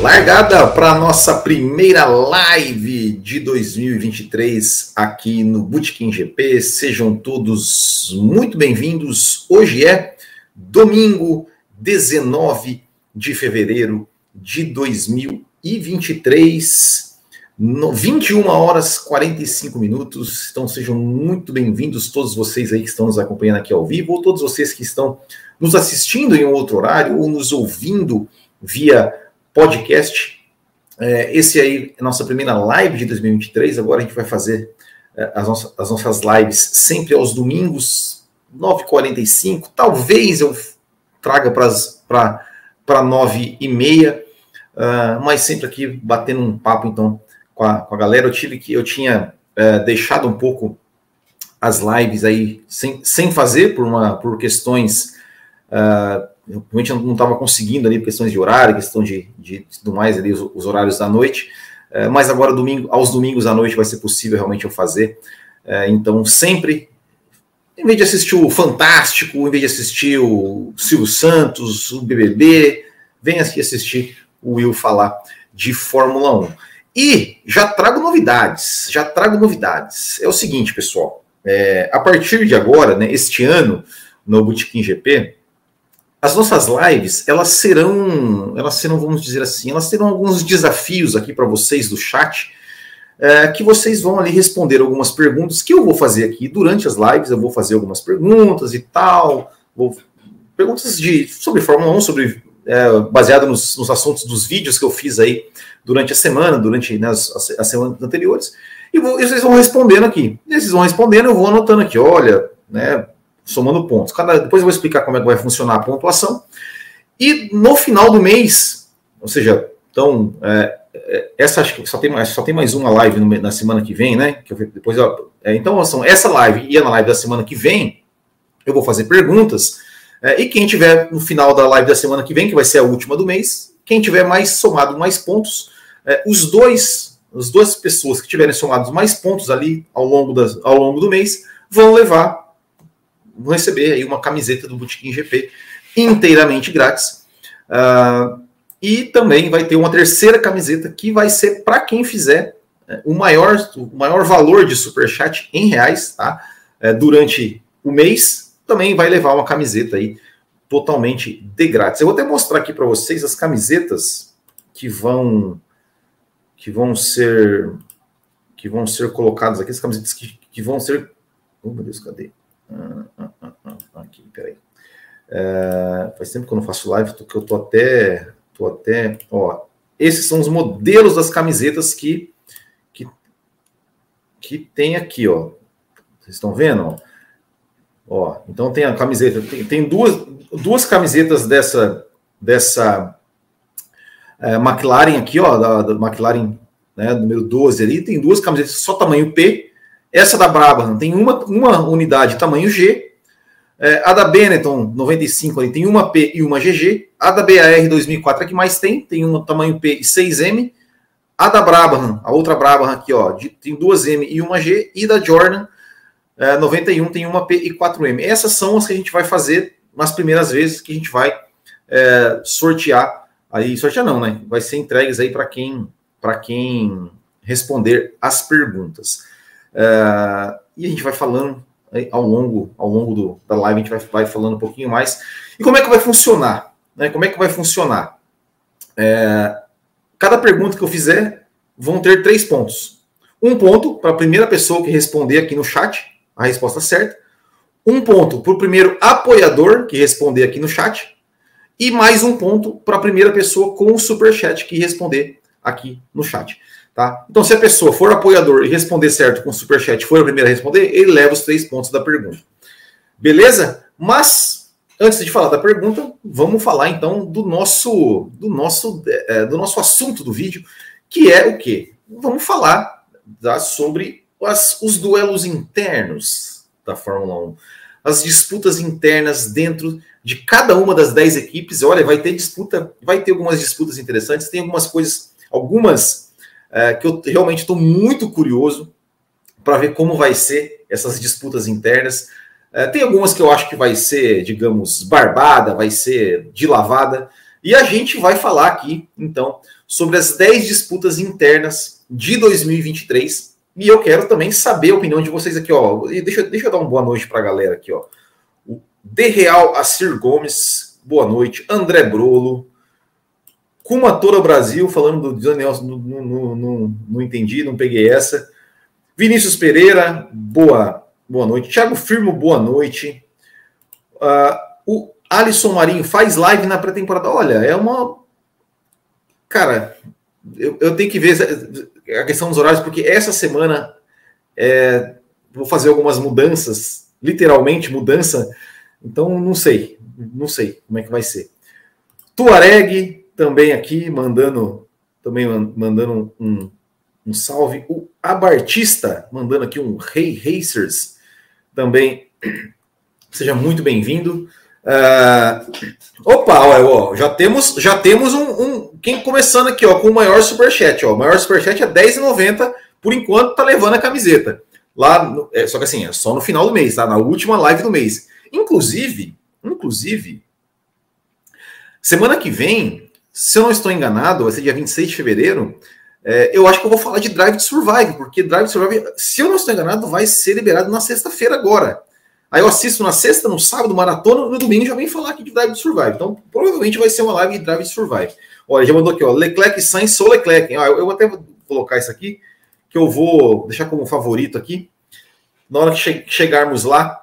Largada para a nossa primeira live de 2023 aqui no Botequim GP. Sejam todos muito bem-vindos. Hoje é domingo, 19 de fevereiro de 2023, 21 horas 45 minutos. Então sejam muito bem-vindos todos vocês aí que estão nos acompanhando aqui ao vivo, ou todos vocês que estão nos assistindo em um outro horário, ou nos ouvindo via podcast. Esse aí é a nossa primeira live de 2023. Agora a gente vai fazer as nossas lives sempre aos domingos, 9h45. Talvez eu traga para 9h30, mas sempre aqui batendo um papo então com a galera. Eu tinha deixado um pouco as lives aí sem fazer por questões. Eu realmente não estava conseguindo ali, questões de horário, questão de tudo mais ali, os horários da noite, mas agora aos domingos à noite vai ser possível realmente eu fazer. Então sempre, em vez de assistir o Fantástico, em vez de assistir o Silvio Santos, o BBB, venha aqui assistir o Will falar de Fórmula 1. E já trago novidades. É o seguinte, pessoal, a partir de agora, né, este ano, no Botequim GP, as nossas lives, elas serão, vamos dizer assim, elas terão alguns desafios aqui para vocês do chat, que vocês vão ali responder algumas perguntas que eu vou fazer aqui durante as lives. Eu vou fazer algumas perguntas e tal, perguntas sobre Fórmula 1, baseado nos assuntos dos vídeos que eu fiz aí durante a semana, as semanas anteriores, e vocês vão respondendo aqui. E vocês vão respondendo, eu vou anotando aqui, olha, né, somando pontos. Depois eu vou explicar como é que vai funcionar a pontuação. E no final do mês, ou seja, então, essa acho que só tem mais uma live na semana que vem, né? Então, essa live e a live da semana que vem, eu vou fazer perguntas. E quem tiver no final da live da semana que vem, que vai ser a última do mês, quem tiver somado mais pontos, as duas pessoas que tiverem somado mais pontos ali ao longo do mês vão receber aí uma camiseta do Botequim GP inteiramente grátis. E também vai ter uma terceira camiseta que vai ser para quem fizer o maior valor de superchat em reais, tá? Durante o mês, também vai levar uma camiseta aí totalmente de grátis. Eu vou até mostrar aqui para vocês as camisetas que vão ser colocadas aqui, as camisetas que vão ser... Oh, meu Deus, cadê? Aqui, peraí. Faz tempo que eu não faço live, que eu tô até. Ó, esses são os modelos das camisetas que tem aqui, ó. Vocês estão vendo? Ó, então tem a camiseta, tem duas camisetas dessa McLaren aqui, ó, da McLaren, né, número 12 ali. Tem duas camisetas só tamanho P. Essa da Brabham tem uma unidade tamanho G. A da Benetton 95 ali tem uma P e uma GG. A da BAR 2004 é que mais tem um tamanho P e 6M. A da Brabham, a outra Brabham aqui, ó, tem 2M e uma G. E da Jordan 91 tem uma P e 4M. Essas são as que a gente vai fazer nas primeiras vezes que a gente vai sortear. Sortear não, né? Vai ser entregues aí para quem responder as perguntas. E a gente vai falando ao longo da live, a gente vai falando um pouquinho mais. E como é que vai funcionar? Né? Como é que vai funcionar? Cada pergunta que eu fizer vão ter 3 pontos. 1 ponto para a primeira pessoa que responder aqui no chat a resposta certa. 1 ponto para o primeiro apoiador que responder aqui no chat. E mais 1 ponto para a primeira pessoa com o superchat que responder aqui no chat. Tá? Então, se a pessoa for apoiador e responder certo com o superchat, for a primeira a responder, ele leva os 3 pontos da pergunta. Beleza? Mas, antes de falar da pergunta, vamos falar então do nosso assunto do vídeo, que é o quê? Vamos falar sobre os duelos internos da Fórmula 1. As disputas internas dentro de cada uma das 10 equipes. Olha, vai ter algumas disputas interessantes, tem algumas que eu realmente estou muito curioso para ver como vai ser essas disputas internas. Tem algumas que eu acho que vai ser, digamos, barbada, vai ser de lavada, E a gente vai falar aqui, então, sobre as 10 disputas internas de 2023. E eu quero também saber a opinião de vocês aqui, ó. E deixa eu dar uma boa noite para a galera aqui, ó. O De Real Acir Gomes, boa noite. André Brolo. Kumatora Brasil, falando do Daniel, não entendi, não peguei essa. Vinícius Pereira, boa noite. Thiago Firmo, boa noite. O Alisson Marinho faz live na pré-temporada. Olha, é uma... Cara, eu tenho que ver a questão dos horários, porque essa semana vou fazer algumas mudanças, literalmente mudança, então não sei como é que vai ser. Tuareg também aqui, mandando um salve. O Abartista, mandando aqui um Hey Racers, também, seja muito bem-vindo. Opa, ó, já temos quem começando aqui, ó, com o maior superchat, ó. O maior superchat é R$10,90, por enquanto tá levando a camiseta. Lá, só que assim, é só no final do mês, tá? Na última live do mês. Inclusive, semana que vem, se eu não estou enganado, vai ser dia 26 de fevereiro, eu acho que eu vou falar de Drive to Survive, porque Drive to Survive, se eu não estou enganado, vai ser liberado na sexta-feira agora. Aí eu assisto na sexta, no sábado, maratona, no domingo já vem falar aqui de Drive to Survive. Então, provavelmente vai ser uma live de Drive to Survive. Olha, já mandou aqui, ó, Leclerc, Sainz, sou Leclerc. Eu até vou colocar isso aqui, que eu vou deixar como favorito aqui. Na hora que chegarmos lá,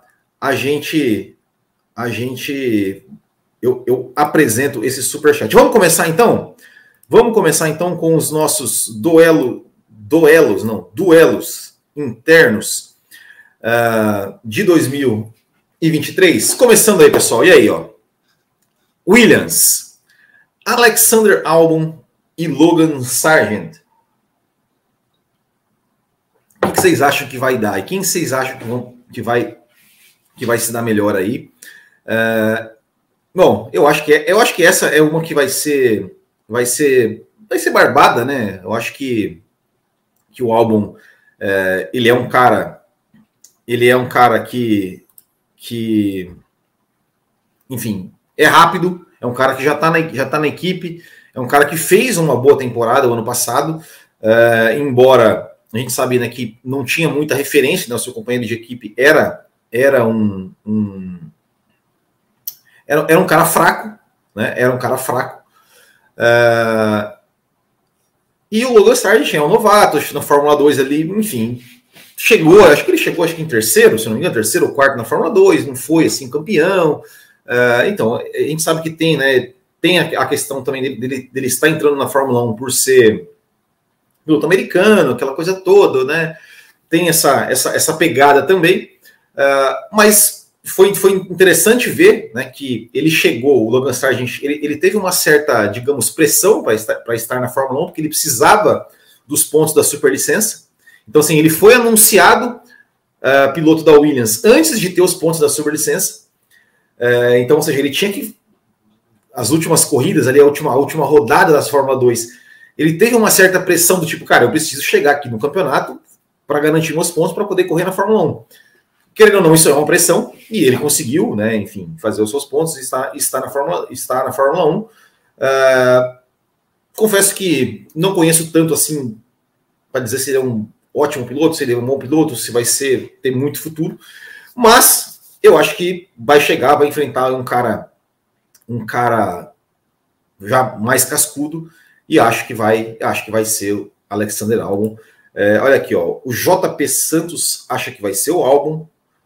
eu apresento esse superchat. Vamos começar então? Vamos começar então com os nossos duelos internos de 2023. Começando aí, pessoal. E aí, ó? Williams, Alexander Albon e Logan Sargent. O que vocês acham que vai dar? E quem vocês acham que vai se dar melhor aí? Bom, eu acho que essa é uma que vai ser barbada, né? Eu acho que o Albon ele é um cara que enfim, é rápido, é um cara que já tá na equipe, é um cara que fez uma boa temporada o ano passado, embora a gente sabia, né, que não tinha muita referência, né, o seu companheiro de equipe era um cara fraco, né? Era um cara fraco. E o Logan Sargent é um novato na Fórmula 2 ali, enfim. Acho que ele chegou em terceiro, se não me engano, terceiro ou quarto na Fórmula 2, não foi assim campeão. Então, a gente sabe que tem, né? Tem a questão também dele estar entrando na Fórmula 1 por ser piloto americano, aquela coisa toda, né? Tem essa pegada também. Mas foi interessante ver, né, que ele chegou, o Logan Sargent, ele teve uma certa, digamos, pressão para estar na Fórmula 1, porque ele precisava dos pontos da superlicença. Então, assim, ele foi anunciado piloto da Williams antes de ter os pontos da superlicença. Então, ou seja, ele tinha que... As últimas corridas, ali, a última rodada das Fórmula 2, ele teve uma certa pressão do tipo, cara, eu preciso chegar aqui no campeonato para garantir meus pontos para poder correr na Fórmula 1. Querendo ou não, isso é uma pressão, e ele conseguiu, né, enfim, fazer os seus pontos e está na Fórmula 1. Confesso que não conheço tanto assim para dizer se ele é um ótimo piloto, se ele é um bom piloto, se vai ter muito futuro, mas eu acho que vai enfrentar um cara já mais cascudo, e acho que vai ser o Alexander Albon. Olha aqui, ó, o JP Santos acha que vai ser o Albon.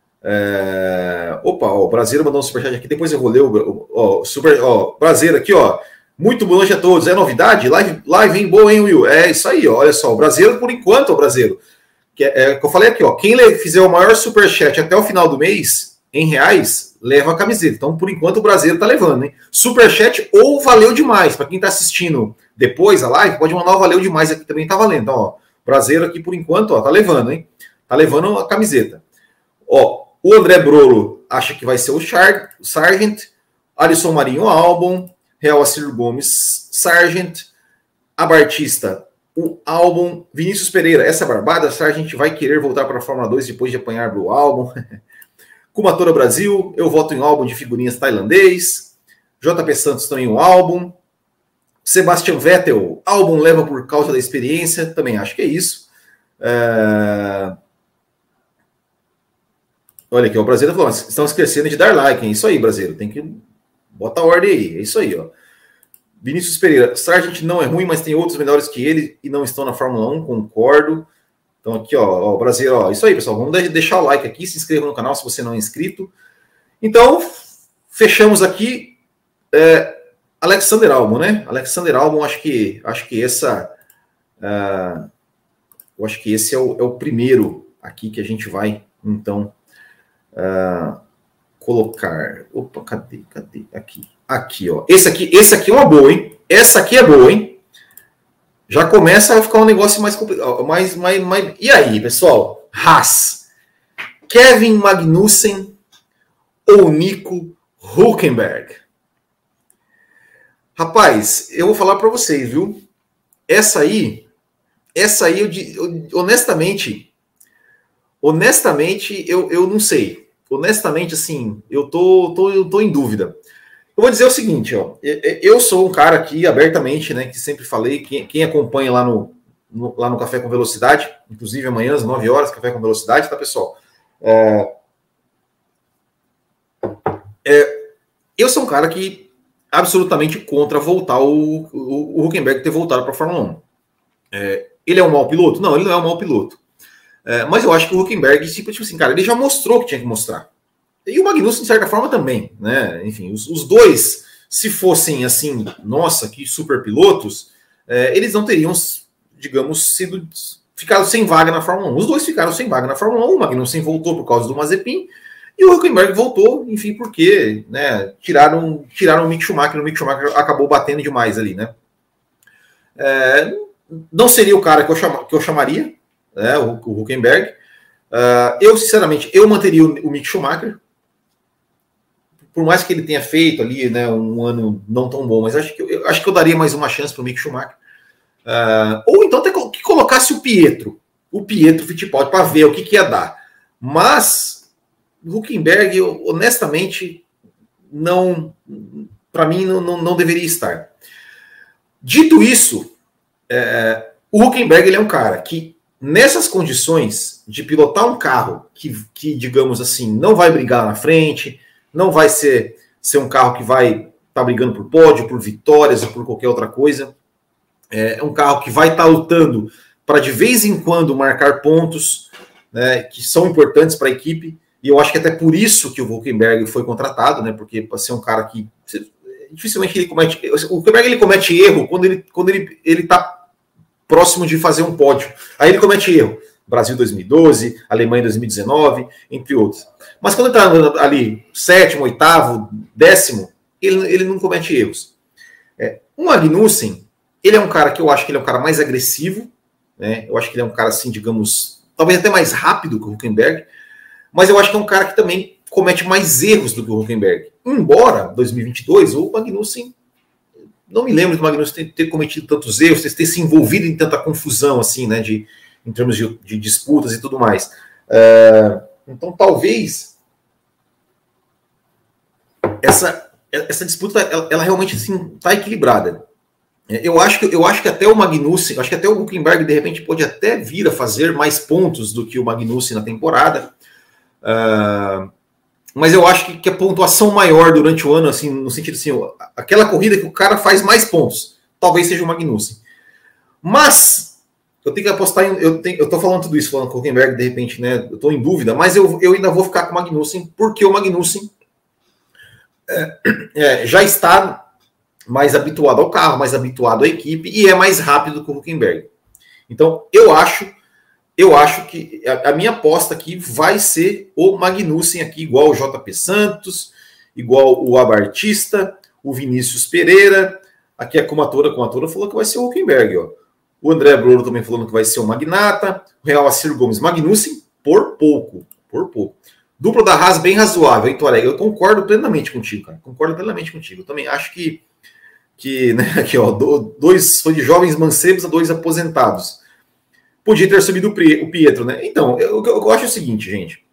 O Brasileiro mandou um superchat aqui, depois eu vou ler o Brasileiro aqui, ó. Muito boa noite a todos. É novidade? Live hein? Boa, hein, Will? É isso aí, ó. Olha só, o Brasileiro, por enquanto, o Brasileiro. Que eu falei aqui, ó. Quem fizer o maior superchat até o final do mês, em reais, leva a camiseta. Então, por enquanto, o Brasileiro tá levando, hein? Superchat ou valeu demais. Para quem tá assistindo depois a live, pode mandar o valeu demais aqui também, tá valendo. Então, ó, o Brasileiro aqui, por enquanto, ó, tá levando, hein? Tá levando a camiseta. Ó, o André Brolo acha que vai ser o Sargent, Alisson Marinho Albon, Real Acir Gomes Sargent, Abartista o Albon, Vinícius Pereira, essa barbada, Sargent vai querer voltar para a Fórmula 2 depois de apanhar do Albon. Kumatora Brasil, eu voto em Albon de figurinhas tailandês. JP Santos também o Albon. Sebastian Vettel, Albon leva por causa da experiência, também acho que é isso. Olha aqui, o brasileiro falou, estão esquecendo de dar like, hein? Isso aí, brasileiro, tem que botar ordem aí, é isso aí, ó. Vinícius Pereira, Sargent não é ruim, mas tem outros melhores que ele e não estão na Fórmula 1, concordo. Então aqui, ó, brasileiro, ó, isso aí, pessoal, vamos deixar o like aqui, se inscreva no canal se você não é inscrito. Então, fechamos aqui Alexander Albon, né? Alexander Albon, acho que essa... eu acho que esse é o primeiro aqui que a gente vai, então, colocar... Opa, cadê? Aqui, ó. Esse aqui é uma boa, hein? Essa aqui é boa, hein? Já começa a ficar um negócio mais complicado. E aí, pessoal? Haas. Kevin Magnussen ou Nico Hülkenberg? Rapaz, eu vou falar para vocês, viu? Essa aí, honestamente, eu não sei. Honestamente, assim, eu tô em dúvida. Eu vou dizer o seguinte, ó. Eu sou um cara aqui, abertamente, né, que sempre falei, quem acompanha lá no Café com Velocidade, inclusive amanhã às 9 horas, Café com Velocidade, tá, pessoal? Eu sou um cara que absolutamente contra voltar o Hülkenberg ter voltado para a Fórmula 1. Ele é um mau piloto? Não, ele não é um mau piloto. Mas eu acho que o Hülkenberg, tipo assim, cara, ele já mostrou o que tinha que mostrar. E o Magnussen, de certa forma, também, né? Enfim, os dois, se fossem assim, nossa, que super pilotos, eles não teriam, digamos, ficado sem vaga na Fórmula 1. Os dois ficaram sem vaga na Fórmula 1, o Magnussen voltou por causa do Mazepin, e o Hülkenberg voltou, enfim, porque, né, tiraram o Mick Schumacher, o Mick Schumacher acabou batendo demais ali, né? Não seria o cara que eu chamaria, né, o Hülkenberg. Eu, sinceramente, manteria o Mick Schumacher, por mais que ele tenha feito ali, né, um ano não tão bom, mas acho que eu daria mais uma chance para o Mick Schumacher. Ou então até que colocasse o Pietro Fittipaldi, para ver o que ia dar. Mas o Hülkenberg, honestamente, para mim, não deveria estar. Dito isso, o Hülkenberg, ele é um cara que, nessas condições de pilotar um carro que, digamos assim, não vai brigar na frente, não vai ser um carro que vai estar brigando por pódio, por vitórias ou por qualquer outra coisa. É um carro que vai estar lutando para, de vez em quando, marcar pontos, né, que são importantes para a equipe. E eu acho que até por isso que o Hülkenberg foi contratado, né, porque para ser um cara que dificilmente ele comete... O Hülkenberg, ele comete erro quando ele está próximo de fazer um pódio. Aí ele comete erro. Brasil 2012, Alemanha 2019, entre outros. Mas quando ele está ali, 7º, 8º, 10º, ele não comete erros. O Magnussen, ele é um cara que eu acho que ele é um cara mais agressivo, né? Eu acho que ele é um cara, assim, digamos, talvez até mais rápido que o Hülkenberg, mas eu acho que é um cara que também comete mais erros do que o Hülkenberg. Embora, 2022, o Magnussen, não me lembro do Magnussen ter cometido tantos erros, ter se envolvido em tanta confusão, assim, né, em termos de disputas e tudo mais. Então, talvez essa disputa, ela realmente, assim, está equilibrada. Eu acho que até o Magnussen, acho que até o Hülkenberg, de repente, pode até vir a fazer mais pontos do que o Magnussen na temporada. Mas eu acho que a pontuação maior durante o ano, assim, no sentido assim, aquela corrida que o cara faz mais pontos, talvez seja o Magnussen. Mas eu tenho que apostar em... Eu tô falando tudo isso, falando com o Hülkenberg, de repente, né? Eu tô em dúvida, mas eu ainda vou ficar com o Magnussen, porque o Magnussen já está mais habituado ao carro, mais habituado à equipe, e é mais rápido que o Hülkenberg. Então, eu acho que a minha aposta aqui vai ser o Magnussen aqui, igual o JP Santos, igual o Abartista, o Vinícius Pereira, aqui a Comatora falou que vai ser o Hülkenberg, ó. O André Broro também falando que vai ser o Magnata, o Real Acir Gomes, Magnussen, por pouco. Dupla da Haas bem razoável, hein, Tuareg? Eu concordo plenamente contigo, cara. Eu também acho que né, aqui, ó, dois foi de jovens mancebos a 2 aposentados. Podia ter subido o Pietro, né? Então, eu acho o seguinte, gente.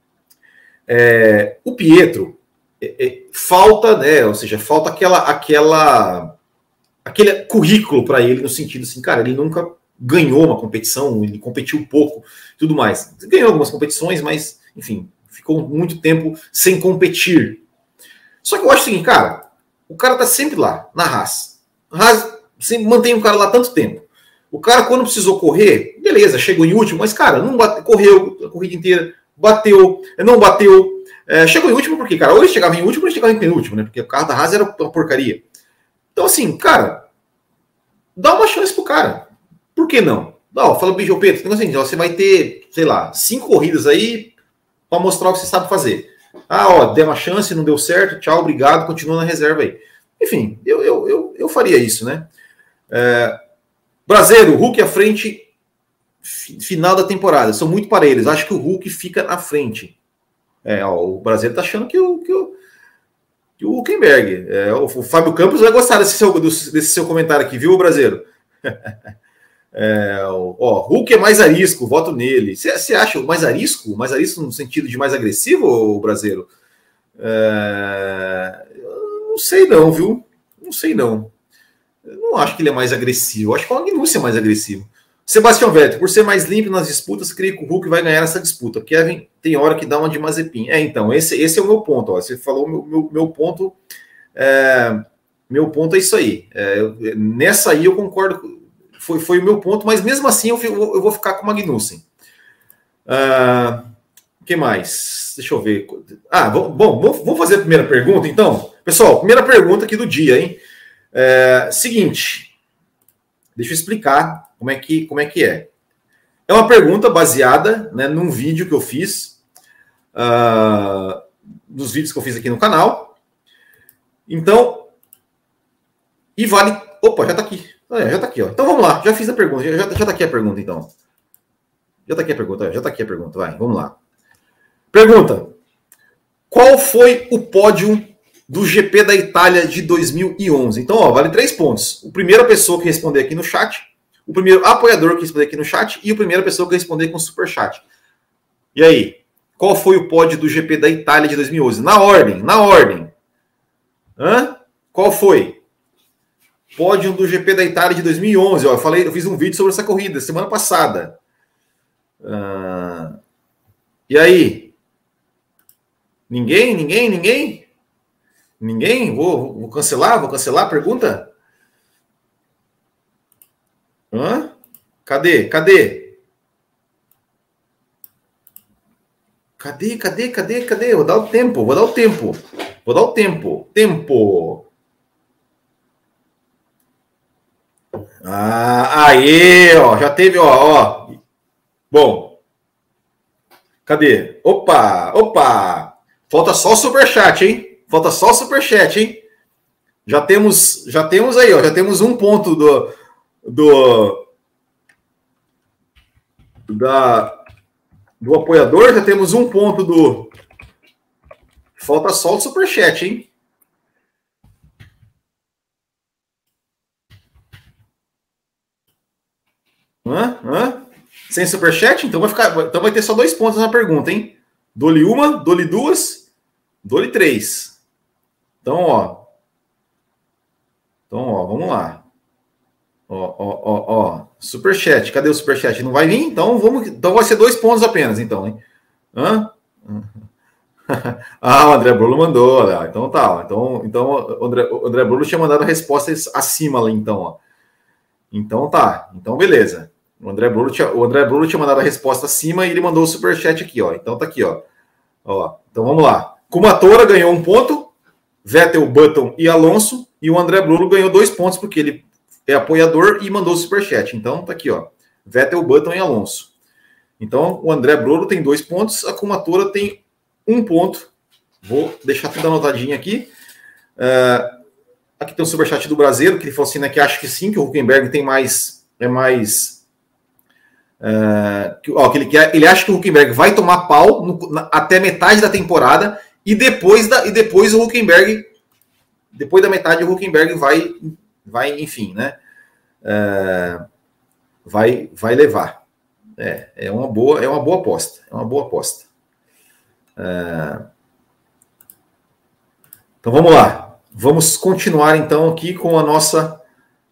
O Pietro falta, né? Ou seja, falta aquela aquele currículo para ele, no sentido assim, cara, ele nunca ganhou uma competição, ele competiu pouco, tudo mais. Ganhou algumas competições, mas, enfim, ficou muito tempo sem competir. Só que eu acho o seguinte, cara, o cara tá sempre lá, na Haas. A Haas sempre mantém o cara lá tanto tempo. O cara, quando precisou correr, beleza, chegou em último, mas, cara, não correu a corrida inteira, bateu, não bateu. Chegou em último porque, cara, ou ele chegava em último ou ele chegava em penúltimo, né? Porque o carro da Haas era uma porcaria. Então, assim, cara, dá uma chance pro cara. Por que não? Não, fala, Bicho Pedro, assim, você vai ter, sei lá, 5 corridas aí para mostrar o que você sabe fazer. Deu uma chance, não deu certo, tchau, obrigado, continua na reserva aí. Enfim, eu faria isso, né? Brasileiro, Hulk à frente, final da temporada. São muito parelhos. Acho que o Hulk fica na frente. O brasileiro tá achando que o Hülkenberg. O Fábio Campos vai gostar desse seu comentário aqui, viu, brasileiro? Hulk é mais arisco, voto nele. Você acha mais arisco? Mais arisco no sentido de mais agressivo, o brasileiro? Não sei não, viu? Não sei não. Eu não acho que ele é mais agressivo. Eu acho que o Magnussen é mais agressivo. Sebastião Vettel, por ser mais limpo nas disputas, creio que o Hulk vai ganhar essa disputa. Kevin tem hora que dá uma de Mazepin. Então, esse é o meu ponto. Você falou meu ponto. Meu ponto é isso aí. Nessa aí eu concordo. Foi o meu ponto, mas mesmo assim eu vou ficar com o Magnussen. O que mais? Deixa eu ver. Vamos fazer a primeira pergunta, então? Pessoal, primeira pergunta aqui do dia, hein? Seguinte. Deixa eu explicar como é que é. É uma pergunta baseada, né, num vídeo que eu fiz, dos vídeos que eu fiz aqui no canal. Então, e vale... Opa, já tá aqui. Já tá aqui, ó. Então vamos lá, já fiz a pergunta. Já tá aqui a pergunta, então. Já tá aqui a pergunta, vai, vamos lá. Pergunta. Qual foi o pódio do GP da Itália de 2011? Então, vale 3 pontos. A primeira pessoa que responder aqui no chat, o primeiro apoiador que responder aqui no chat e a primeira pessoa que responder com super chat. E aí? Qual foi o pódio do GP da Itália de 2011? Na ordem. Qual foi? Pódio do GP da Itália de 2011. Eu fiz um vídeo sobre essa corrida semana passada. E aí? Ninguém? Vou cancelar a pergunta? Cadê? Vou dar o tempo. Tempo. Aê, já teve, Bom. Cadê? Opa. Falta só o superchat, hein? Já temos aí, já temos um ponto do apoiador, já temos um ponto do... Falta só o superchat, hein? Sem superchat? Então vai ter só 2 pontos na pergunta, hein? Dou-lhe uma, dou-lhe 2, dou-lhe 3. Então, vamos lá. Superchat. Cadê o superchat? Não vai vir? Então vai ser 2 pontos apenas, então, hein? O André Bruno mandou. Então tá. Então o André Bruno tinha mandado a resposta acima lá, então, ó. Então tá. Então beleza. O André Bruno tinha mandado a resposta acima e ele mandou o superchat aqui, ó. Então tá aqui, ó. Então vamos lá. Kumatora ganhou 1 ponto, Vettel, Button e Alonso, e o André Bruno ganhou 2 pontos porque ele é apoiador e mandou o superchat. Então tá aqui, ó. Vettel, Button e Alonso. Então o André Bruno tem 2 pontos, a Kumatora tem 1 ponto. Vou deixar tudo anotadinho aqui. Aqui tem o superchat do Brasileiro, que ele falou assim, né, que acha que sim, que o Hülkenberg tem mais... ele acha que o Hülkenberg vai tomar pau até metade da temporada e depois o Hülkenberg, depois da metade, o Hülkenberg vai enfim, né? Vai levar. É uma boa aposta. Então vamos lá. Vamos continuar então aqui com a nossa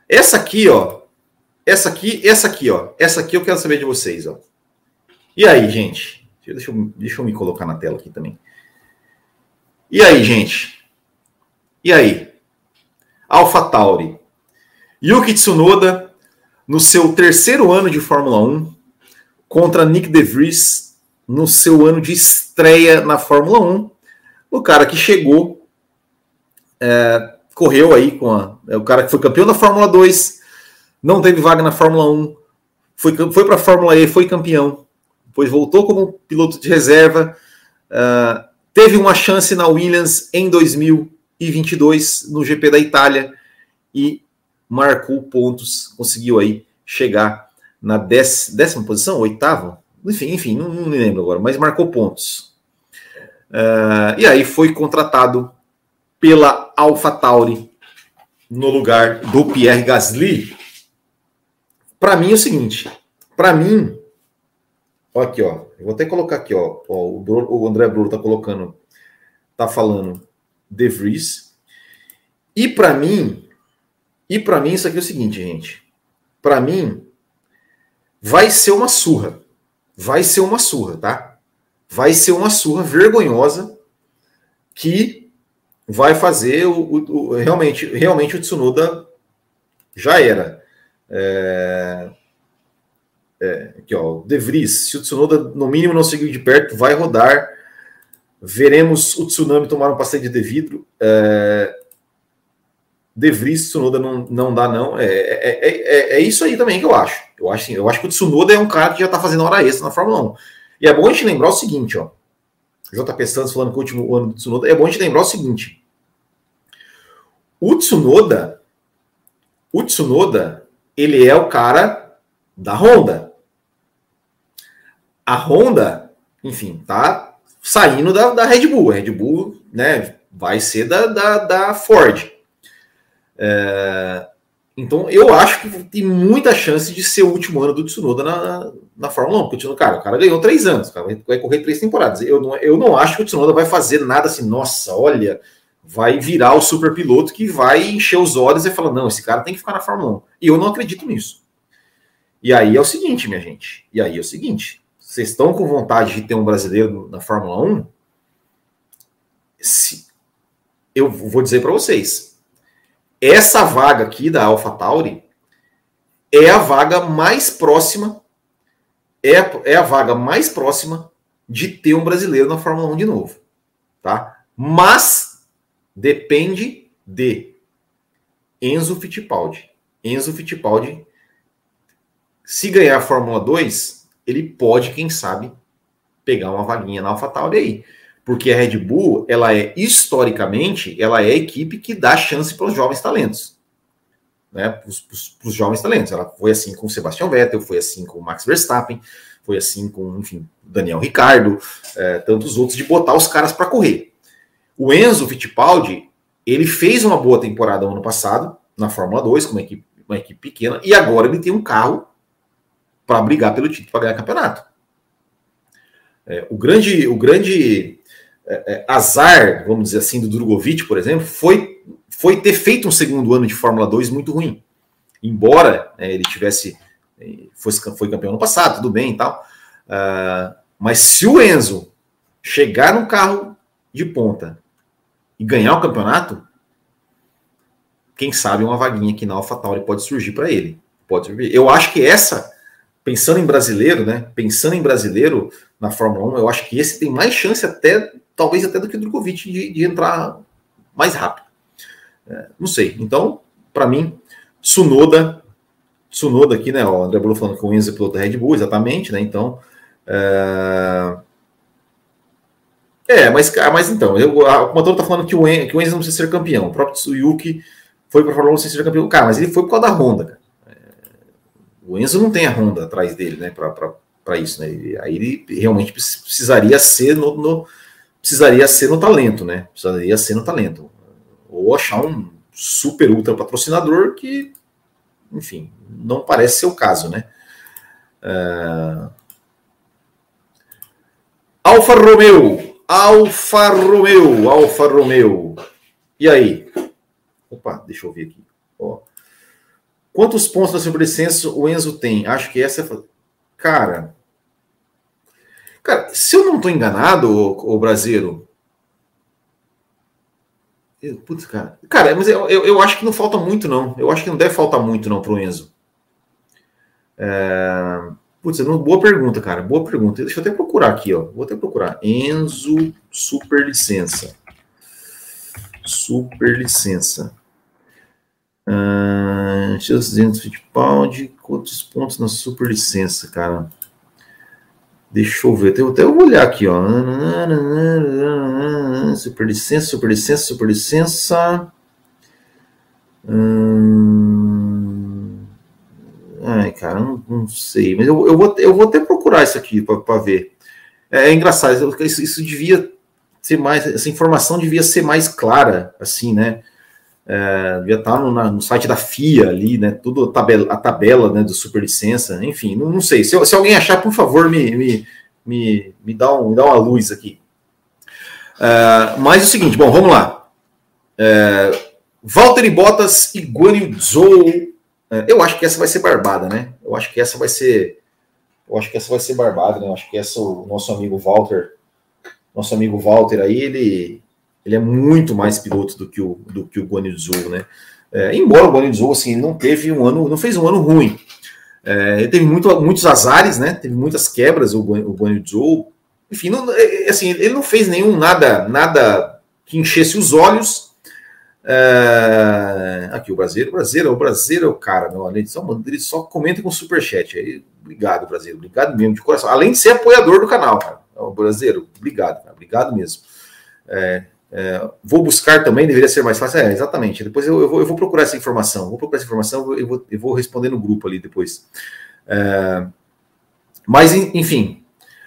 Essa aqui, ó. Essa aqui, ó. Essa aqui eu quero saber de vocês, ó. E aí, gente? Deixa eu me colocar na tela aqui também. E aí, gente? E aí? AlphaTauri. Yuki Tsunoda, no seu terceiro ano de Fórmula 1, contra Nick De Vries, no seu ano de estreia na Fórmula 1. O cara que chegou, correu aí com o cara que foi campeão da Fórmula 2, não teve vaga na Fórmula 1, foi para a Fórmula E, foi campeão, depois voltou como piloto de reserva, teve uma chance na Williams em 2022, no GP da Itália, e marcou pontos, conseguiu aí chegar na décima posição, oitava, enfim, não me lembro agora, mas marcou pontos. E aí foi contratado pela AlphaTauri no lugar do Pierre Gasly. Para mim é o seguinte, aqui, ó, eu vou até colocar aqui, ó, o André Bruno tá falando De Vries. E para mim isso aqui é o seguinte, gente. Para mim vai ser uma surra, tá? Vai ser uma surra vergonhosa que vai fazer realmente o Tsunoda já era. Aqui, ó, De Vries, se o Tsunoda no mínimo não seguir de perto, vai rodar. Veremos o Tsunami tomar um passeio de vidro. De Vries, Tsunoda não dá, não. É isso aí também que eu acho. Eu acho que o Tsunoda é um cara que já está fazendo hora extra na Fórmula 1. E é bom a gente lembrar o seguinte, ó. O JP Santos falando que o último ano do Tsunoda. É bom a gente lembrar o seguinte. O Tsunoda, ele é o cara da Honda. A Honda, enfim, tá saindo da Red Bull. A Red Bull, né, vai ser da Ford. Então, eu acho que tem muita chance de ser o último ano do Tsunoda na Fórmula 1. Porque o cara ganhou 3 anos, o cara vai correr 3 temporadas. Eu não acho que o Tsunoda vai fazer nada assim, nossa, olha, vai virar o super piloto que vai encher os olhos e falar, não, esse cara tem que ficar na Fórmula 1. E eu não acredito nisso. E aí é o seguinte, minha gente, vocês estão com vontade de ter um brasileiro na Fórmula 1? Eu vou dizer para vocês, essa vaga aqui da AlphaTauri é a vaga mais próxima, é a vaga mais próxima de ter um brasileiro na Fórmula 1 de novo, tá? Mas depende de Enzo Fittipaldi. Enzo Fittipaldi, se ganhar a Fórmula 2, ele pode, quem sabe, pegar uma vaguinha na AlphaTauri aí. Porque a Red Bull, ela historicamente, ela é a equipe que dá chance para os jovens talentos. Né? Para os jovens talentos. Ela foi assim com o Sebastian Vettel, foi assim com o Max Verstappen, foi assim com, enfim, Daniel Ricciardo, tantos outros, de botar os caras para correr. O Enzo Fittipaldi, ele fez uma boa temporada no ano passado, na Fórmula 2, com uma equipe pequena, e agora ele tem um carro para brigar pelo título, para ganhar campeonato. O grande azar, vamos dizer assim, do Drogovic, por exemplo, foi ter feito um segundo ano de Fórmula 2 muito ruim. Embora ele foi campeão no passado, tudo bem e tal. Mas se o Enzo chegar no carro de ponta e ganhar o campeonato, quem sabe uma vaguinha aqui na AlphaTauri pode surgir para ele. Pode surgir. Eu acho que pensando em brasileiro, né? Pensando em brasileiro na Fórmula 1, eu acho que esse tem mais chance talvez até do que o Drogovic de entrar mais rápido. Não sei. Então, para mim, Tsunoda aqui, né? O André Bruno falando que o Enzo é piloto da Red Bull, exatamente, né? Então, mas então, o Motor tá falando que o Enzo não precisa ser campeão. O próprio Tsuyuki foi para a Fórmula 1 sem ser campeão. Cara, mas ele foi por causa da Honda, cara. O Enzo não tem a Honda atrás dele, né? Para isso, né? Aí ele realmente precisaria ser no talento, né? Precisaria ser no talento. Ou achar um super ultra patrocinador que, enfim, não parece ser o caso, né? Alfa Romeo. E aí? Opa, deixa eu ver aqui. Ó. Quantos pontos da superlicença o Enzo tem? Acho que essa é... Cara, se eu não estou enganado, o Brasileiro... Putz, cara, mas eu acho que não falta muito, não. Eu acho que não deve faltar muito, não, pro Enzo. Putz, boa pergunta, cara. Boa pergunta. Deixa eu até procurar aqui, ó. Vou até procurar. Enzo Superlicença. Superlicença. 200 Fittipaldi. Quantos pontos na superlicença, cara? Deixa eu ver. Até eu vou olhar aqui, ó. Superlicença, superlicença, superlicença. Ai, cara, não sei. Mas eu vou até procurar isso aqui para ver. É engraçado. Isso devia ser mais. Essa informação devia ser mais clara, assim, né? Devia estar no site da FIA ali, né? Tudo a tabela, né, do superlicença. Enfim, não sei. Se alguém achar, por favor, me dá uma luz aqui. Mas é o seguinte, bom, vamos lá. Valtteri Bottas e Guan Yu Zhou. Eu acho que essa vai ser barbada, né? Eu acho que essa vai ser barbada, né? Eu acho que essa, o nosso amigo Walter aí, ele é muito mais piloto do que o Guan Yu Zhou, né? Embora o Guan Yu Zhou, assim, não fez um ano ruim. Ele teve muitos azares, né? Teve muitas quebras, o Guan Yu Zhou. Enfim, assim, ele não fez nada que enchesse os olhos. Aqui, o brasileiro é o cara, meu. Ele só comenta com superchat. Aí, obrigado, brasileiro. Obrigado mesmo, de coração. Além de ser apoiador do canal, cara. O brasileiro, obrigado, cara. Obrigado mesmo. Vou buscar também, deveria ser mais fácil. Exatamente. Depois eu vou procurar essa informação. Eu vou responder no grupo ali depois. Mas, enfim.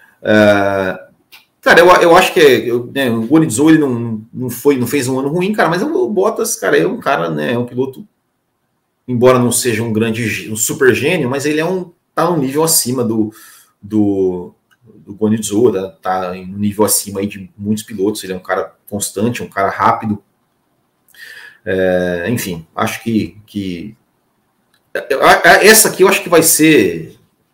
Cara, eu acho que o Guan Yu Zhou, ele não fez um ano ruim, cara, mas o Bottas, cara, é um cara, né, é um piloto, embora não seja um super gênio, mas ele tá um nível acima do Guan Yu Zhou, tá em um nível acima aí de muitos pilotos. Ele é um cara constante, um cara rápido. Enfim, acho que essa aqui eu acho que vai ser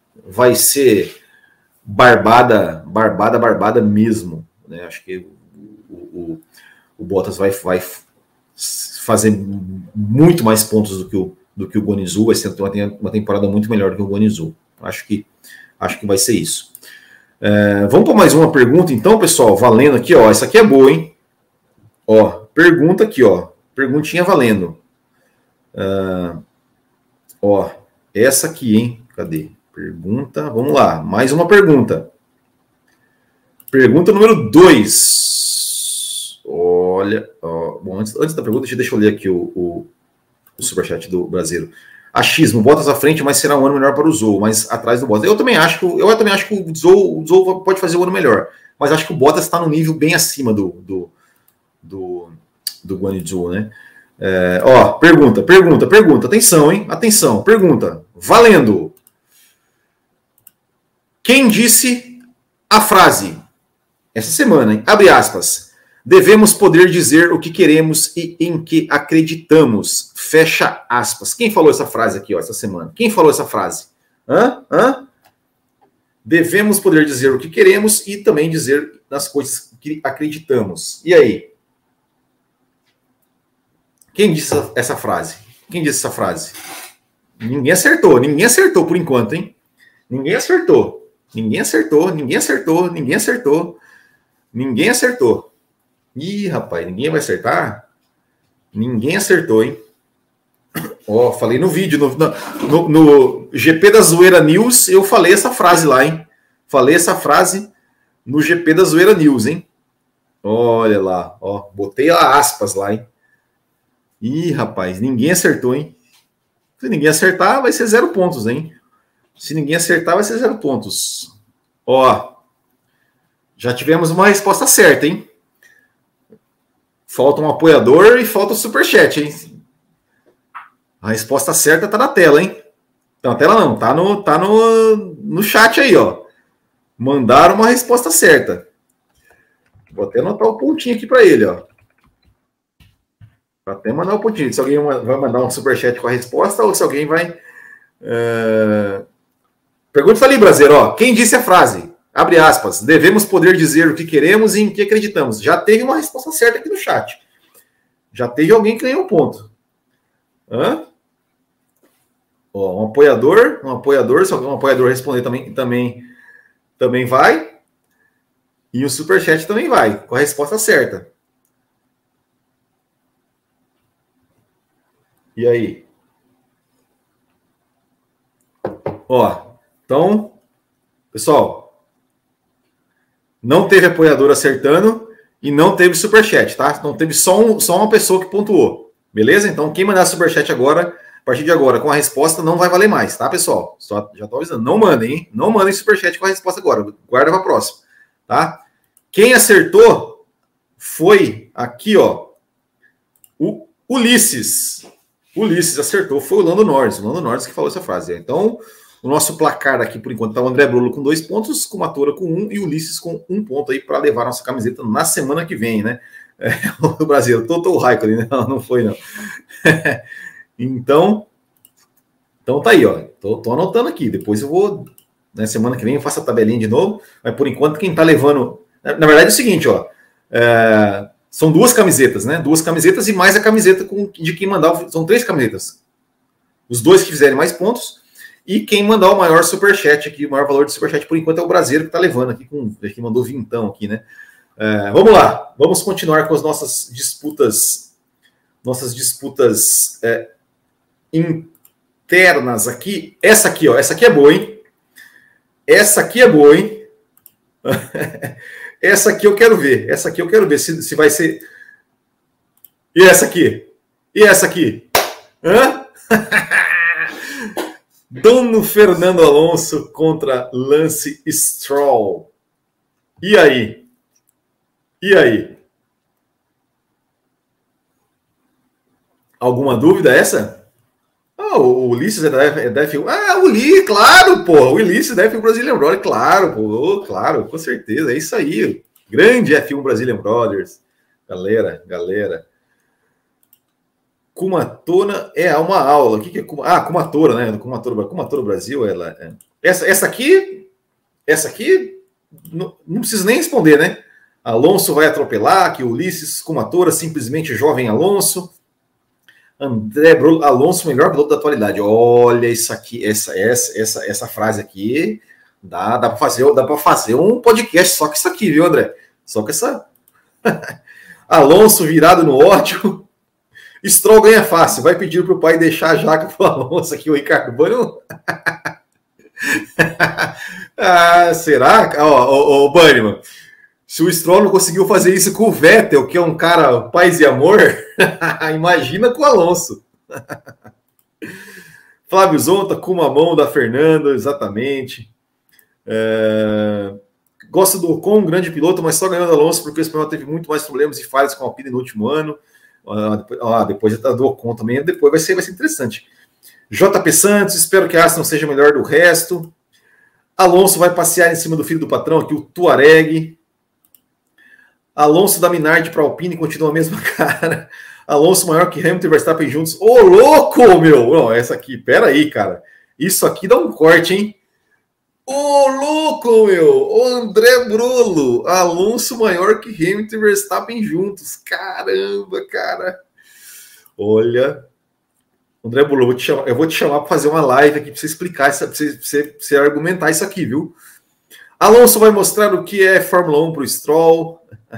barbada mesmo, né? Acho que o Bottas vai fazer muito mais pontos do que o Guan Yu Zhou. Vai ser uma temporada muito melhor do que o Guan Yu Zhou. Acho que vai ser isso. Vamos para mais uma pergunta, então, pessoal. Valendo aqui, ó. Essa aqui é boa, hein? Ó, pergunta aqui, ó. Perguntinha valendo. Ó, essa aqui, hein? Cadê? Pergunta, vamos lá. Mais uma pergunta. Pergunta número 2. Olha, ó, bom, antes da pergunta, deixa eu ler aqui o superchat do brasileiro. Achismo, Bottas à frente, mas será um ano melhor para o Zhou, mas atrás do Bottas. Eu também acho que o Zhou pode fazer um ano melhor, mas acho que o Bottas está no nível bem acima do Guan Yu Zhou, né? Ó, pergunta. Atenção, hein? Atenção, pergunta. Valendo. Quem disse a frase essa semana, hein? Abre aspas. Devemos poder dizer o que queremos e em que acreditamos. Fecha aspas. Quem falou essa frase aqui, ó, essa semana? Quem falou essa frase? Devemos poder dizer o que queremos e também dizer nas coisas que acreditamos. E aí? Quem disse essa frase? Ninguém acertou por enquanto, hein? Ninguém acertou. Ih, rapaz, ninguém vai acertar? Ninguém acertou, hein? Ó, falei no vídeo, no GP da Zoeira News, eu falei essa frase lá, hein? Falei essa frase no GP da Zoeira News, hein? Olha lá, ó, botei aspas lá, hein? Ih, rapaz, ninguém acertou, hein? Se ninguém acertar, vai ser 0 pontos, hein? Se ninguém acertar, vai ser 0 pontos. Ó, já tivemos uma resposta certa, hein? Falta um apoiador e falta o superchat, hein? A resposta certa tá na tela, hein? Tá na tela não, tá no chat aí, ó. Mandaram uma resposta certa. Vou até anotar o pontinho aqui para ele, ó. Até mandar um pontinho. Se alguém vai mandar um superchat com a resposta ou se alguém vai... Pergunta ali, Brasileiro. Ó, quem disse a frase? Abre aspas. Devemos poder dizer o que queremos e em que acreditamos. Já teve uma resposta certa aqui no chat. Já teve alguém que ganhou um ponto. Hã? Ó, um apoiador. Se algum apoiador responder também vai. E o superchat também vai, com a resposta certa. E aí? Ó, então, pessoal, não teve apoiador acertando e não teve superchat, tá? Então teve só uma pessoa que pontuou, beleza? Então quem mandar superchat agora, a partir de agora, com a resposta, não vai valer mais, tá, pessoal? Só, já tô avisando, não mandem, hein? Não mandem superchat com a resposta agora, guarda para próxima, tá? Quem acertou foi aqui, ó, o Ulisses. Ulisses acertou, foi o Lando Norris que falou essa frase. Então, o nosso placar aqui, por enquanto, tá o André Brolo com 2 pontos, com Matora com 1 e o Ulisses com 1 ponto aí para levar nossa camiseta na semana que vem, né? O Brasil, Toto Raikkonen, né? Não foi, não. Então tá aí, ó. Tô anotando aqui. Depois eu vou, na semana que vem, eu faço a tabelinha de novo. Mas por enquanto, quem tá levando. Na verdade é o seguinte, ó. São 2 camisetas, né? 2 camisetas e mais a camiseta de quem mandar. São 3 camisetas. Os 2 que fizerem mais pontos. E quem mandar o maior superchat aqui, o maior valor de superchat, por enquanto, é o brasileiro que tá levando aqui, que mandou vintão aqui, né? Vamos lá. Vamos continuar com as nossas disputas. Internas aqui. Essa aqui, ó. Essa aqui é boa, hein? Essa aqui eu quero ver. Essa aqui eu quero ver se vai ser. E essa aqui? Hã? Dono Fernando Alonso contra Lance Stroll. E aí? Alguma dúvida essa? O Ulisses é da F1. O Ulisses, claro, pô. O Ulisses da F1 Brazilian Brothers, claro, pô. Claro, com certeza. É isso aí. Grande F1 Brazilian Brothers. Galera. Kumatora é uma aula. O que é Kumatora? Kumatora, né? Kumatora Brasil. Essa aqui não preciso nem responder, né? Alonso vai atropelar, que o Ulisses, Kumatora, simplesmente jovem Alonso. André Brolo, Alonso, melhor piloto da atualidade. Olha isso aqui, essa frase aqui, dá para fazer um podcast só com isso aqui, viu, André? Só com essa. Alonso virado no ódio. Stroll ganha fácil. Vai pedir para o pai deixar a jaca para o Alonso aqui, o Ricardo Bueno. Será? Ó, Banniman. Se o Stroll não conseguiu fazer isso com o Vettel, que é um cara paz e amor, imagina com o Alonso. Flávio Zonta, com uma mão da Fernanda, exatamente. Gosto do Ocon, um grande piloto, mas só ganhando Alonso, porque o espanhol teve muito mais problemas e falhas com a Alpine no último ano. Depois do Ocon também, depois vai ser interessante. JP Santos, espero que a Aston seja melhor do resto. Alonso vai passear em cima do filho do patrão, aqui o Tuareg. Alonso da Minardi para Alpine continua a mesma cara. Alonso maior que Hamilton e Verstappen juntos. Ô, louco, meu! Não, essa aqui, pera aí, cara. Isso aqui dá um corte, hein? Ô, louco, meu! Ô, André Brolo. Alonso maior que Hamilton e Verstappen juntos. Caramba, cara. Olha. André Brolo, eu vou te chamar para fazer uma live aqui para você explicar, para você argumentar isso aqui, viu? Alonso vai mostrar o que é Fórmula 1 para o Stroll.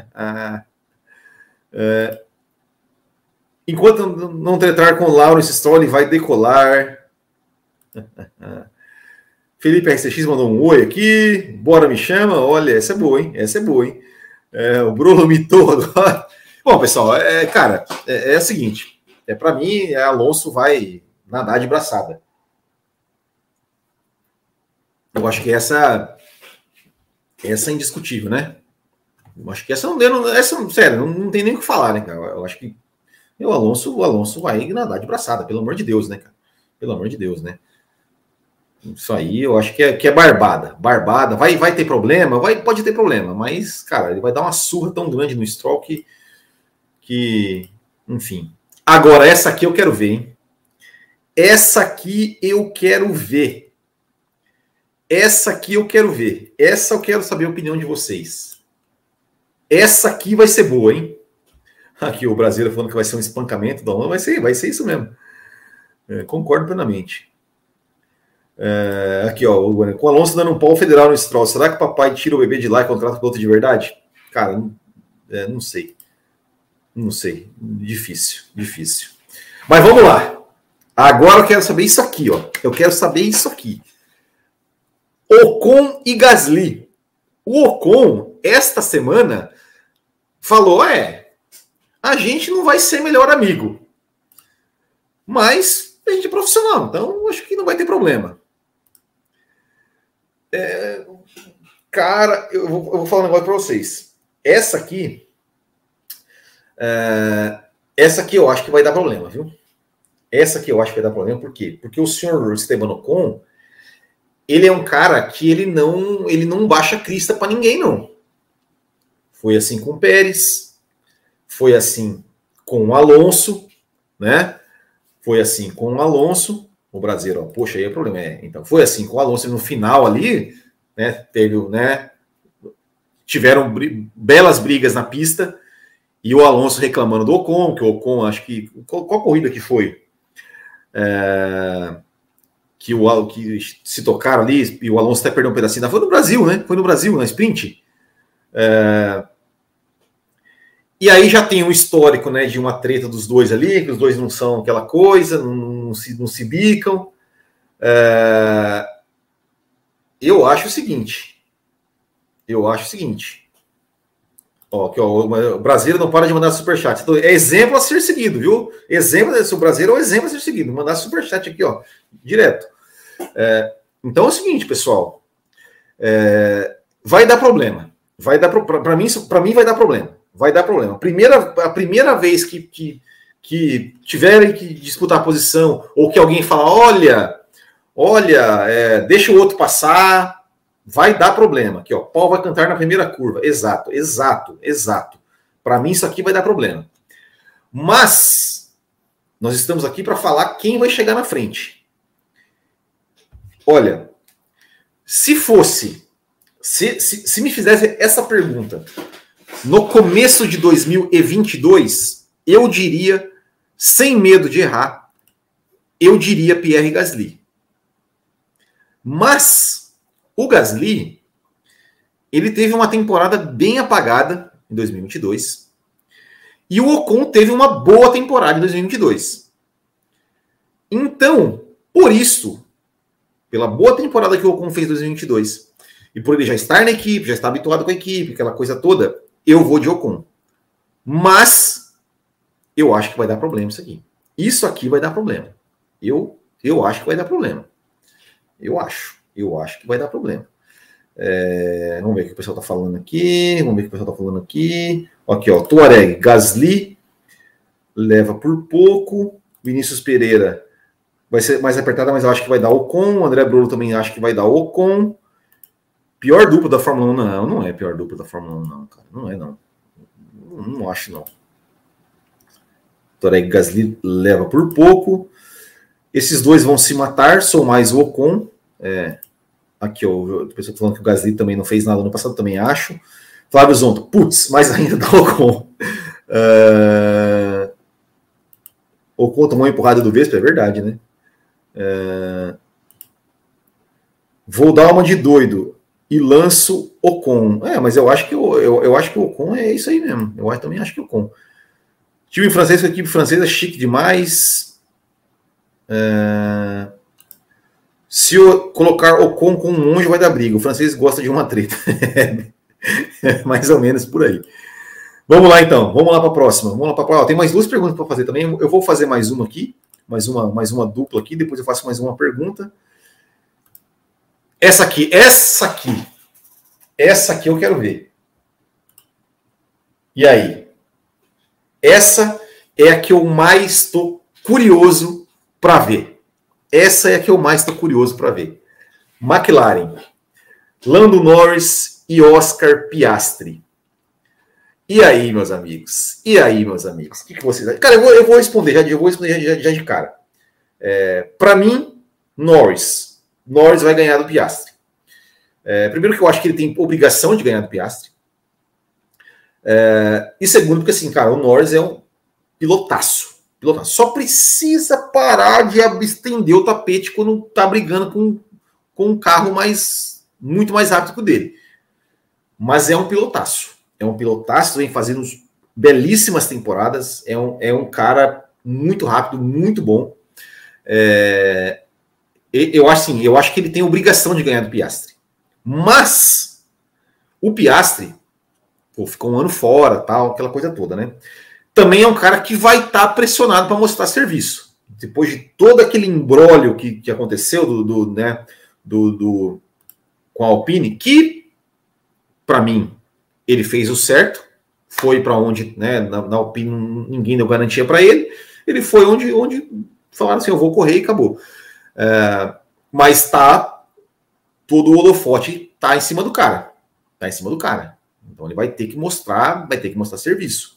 Enquanto não tretar com o Lawrence Stroll, ele vai decolar. Felipe RCX mandou um oi aqui. Bora, me chama. Olha, essa é boa, hein? O Bruno mitou agora. Bom, pessoal, cara, é o seguinte. Para mim, Alonso vai nadar de braçada. Eu acho que essa é indiscutível, né? Eu acho que sério, não tem nem o que falar, né, cara? Eu acho que o Alonso vai nadar de braçada, pelo amor de Deus, né, cara? Pelo amor de Deus, né? Isso aí, eu acho que é barbada. Barbada, vai ter problema? Pode ter problema, mas, cara, ele vai dar uma surra tão grande no Stroll que enfim. Agora, essa aqui eu quero ver, hein? Essa aqui eu quero ver. Essa aqui eu quero ver. Essa eu quero saber a opinião de vocês. Essa aqui vai ser boa, hein? Aqui o brasileiro falando que vai ser um espancamento da Honda. Vai ser isso mesmo. Concordo plenamente. Aqui, ó, com o Alonso dando um pau federal no Stroll, será que o papai tira o bebê de lá e contrata o piloto de verdade? Cara, não sei. Não sei. Difícil. Mas vamos lá. Agora eu quero saber isso aqui, ó. Eu quero saber isso aqui. Ocon e Gasly. O Ocon, esta semana, falou, a gente não vai ser melhor amigo. Mas a gente é profissional, então acho que não vai ter problema. Cara, eu vou falar um negócio para vocês. Essa aqui eu acho que vai dar problema, viu? Essa aqui eu acho que vai dar problema, por quê? Porque o senhor Esteban Ocon, ele é um cara que ele não baixa crista para ninguém, não. Foi assim com o Pérez, foi assim com o Alonso, né? Foi assim com o Alonso, o brasileiro, ó, poxa, aí é o problema. Então, foi assim com o Alonso no final ali, né? Tiveram belas brigas na pista, e o Alonso reclamando do Ocon, que o Ocon, acho que. Qual corrida que foi? Que se tocaram ali, e o Alonso até perdeu um pedacinho. Foi no Brasil, né? Foi no Brasil, na sprint. E aí já tem um histórico, né, de uma treta dos dois ali, que os dois não são aquela coisa, não se bicam. Eu acho o seguinte. Ó, que, ó, o brasileiro não para de mandar superchat. Então, é exemplo a ser seguido, viu? O brasileiro é o exemplo a ser seguido. Mandar superchat aqui, ó, direto. Então é o seguinte, pessoal. Vai dar problema. Para mim vai dar problema. Vai dar problema. A primeira vez que tiverem que disputar a posição, ou que alguém fala, olha, deixa o outro passar, vai dar problema. Aqui, ó, pau vai cantar na primeira curva. Exato. Para mim, isso aqui vai dar problema. Mas nós estamos aqui para falar quem vai chegar na frente. Olha, se me fizesse essa pergunta no começo de 2022, eu diria, sem medo de errar, eu diria Pierre Gasly. Mas o Gasly, ele teve uma temporada bem apagada em 2022 e o Ocon teve uma boa temporada em 2022. Então, por isso, pela boa temporada que o Ocon fez em 2022 e por ele já estar na equipe, já estar habituado com a equipe, aquela coisa toda, eu vou de Ocon. Mas eu acho que vai dar problema isso aqui. Isso aqui vai dar problema. Eu acho que vai dar problema. Eu acho que vai dar problema. Vamos ver o que o pessoal está falando aqui. Aqui, ó. Tuareg, Gasly leva por pouco. Vinícius Pereira vai ser mais apertada, mas eu acho que vai dar Ocon. André Brolo também acho que vai dar Ocon. Pior dupla da Fórmula 1, não é pior dupla da Fórmula 1, não, cara. Não é, não. Não acho, não. Tuareg, Gasly leva por pouco. Esses dois vão se matar, sou mais o Ocon. Aqui, ó, o pessoal falando que o Gasly também não fez nada no passado, também acho. Flávio Zonto, putz, mais ainda da Ocon. Ocon tomou uma empurrada do Vespa, é verdade, né? Vou dar uma de doido e lanço Ocon. Mas eu acho que o Ocon é isso aí mesmo. Eu também acho que o Ocon. Time francês, a equipe francesa é chique demais. Se eu colocar Ocon com um monge vai dar briga. O francês gosta de uma treta. Mais ou menos por aí. Vamos lá então. Vamos lá para a próxima. Tem mais duas perguntas para fazer também. Eu vou fazer mais uma aqui. Mais uma dupla aqui. Depois eu faço mais uma pergunta. Essa aqui eu quero ver. E aí? Essa é a que eu mais estou curioso para ver. McLaren, Lando Norris e Oscar Piastri. E aí, meus amigos? E aí, meus amigos? O que vocês acham? Cara, eu vou responder já de cara. Para mim, Norris. Norris vai ganhar do Piastri. Primeiro que eu acho que ele tem obrigação de ganhar do Piastri. E segundo, porque assim, cara, o Norris é um pilotaço. Só precisa parar de estender o tapete quando tá brigando com um carro muito mais rápido que o dele. Mas é um pilotaço. Vem fazendo belíssimas temporadas. É um cara muito rápido, muito bom. Eu acho que ele tem obrigação de ganhar do Piastri. Mas o Piastri ficou um ano fora, tal, aquela coisa toda, né? Também é um cara que vai estar pressionado para mostrar serviço. Depois de todo aquele imbróglio que aconteceu com a Alpine, que, para mim, ele fez o certo, foi para onde, né, na Alpine ninguém deu garantia para ele, ele foi onde falaram assim, eu vou correr e acabou. Mas todo o holofote tá em cima do cara. Então ele vai ter que mostrar serviço.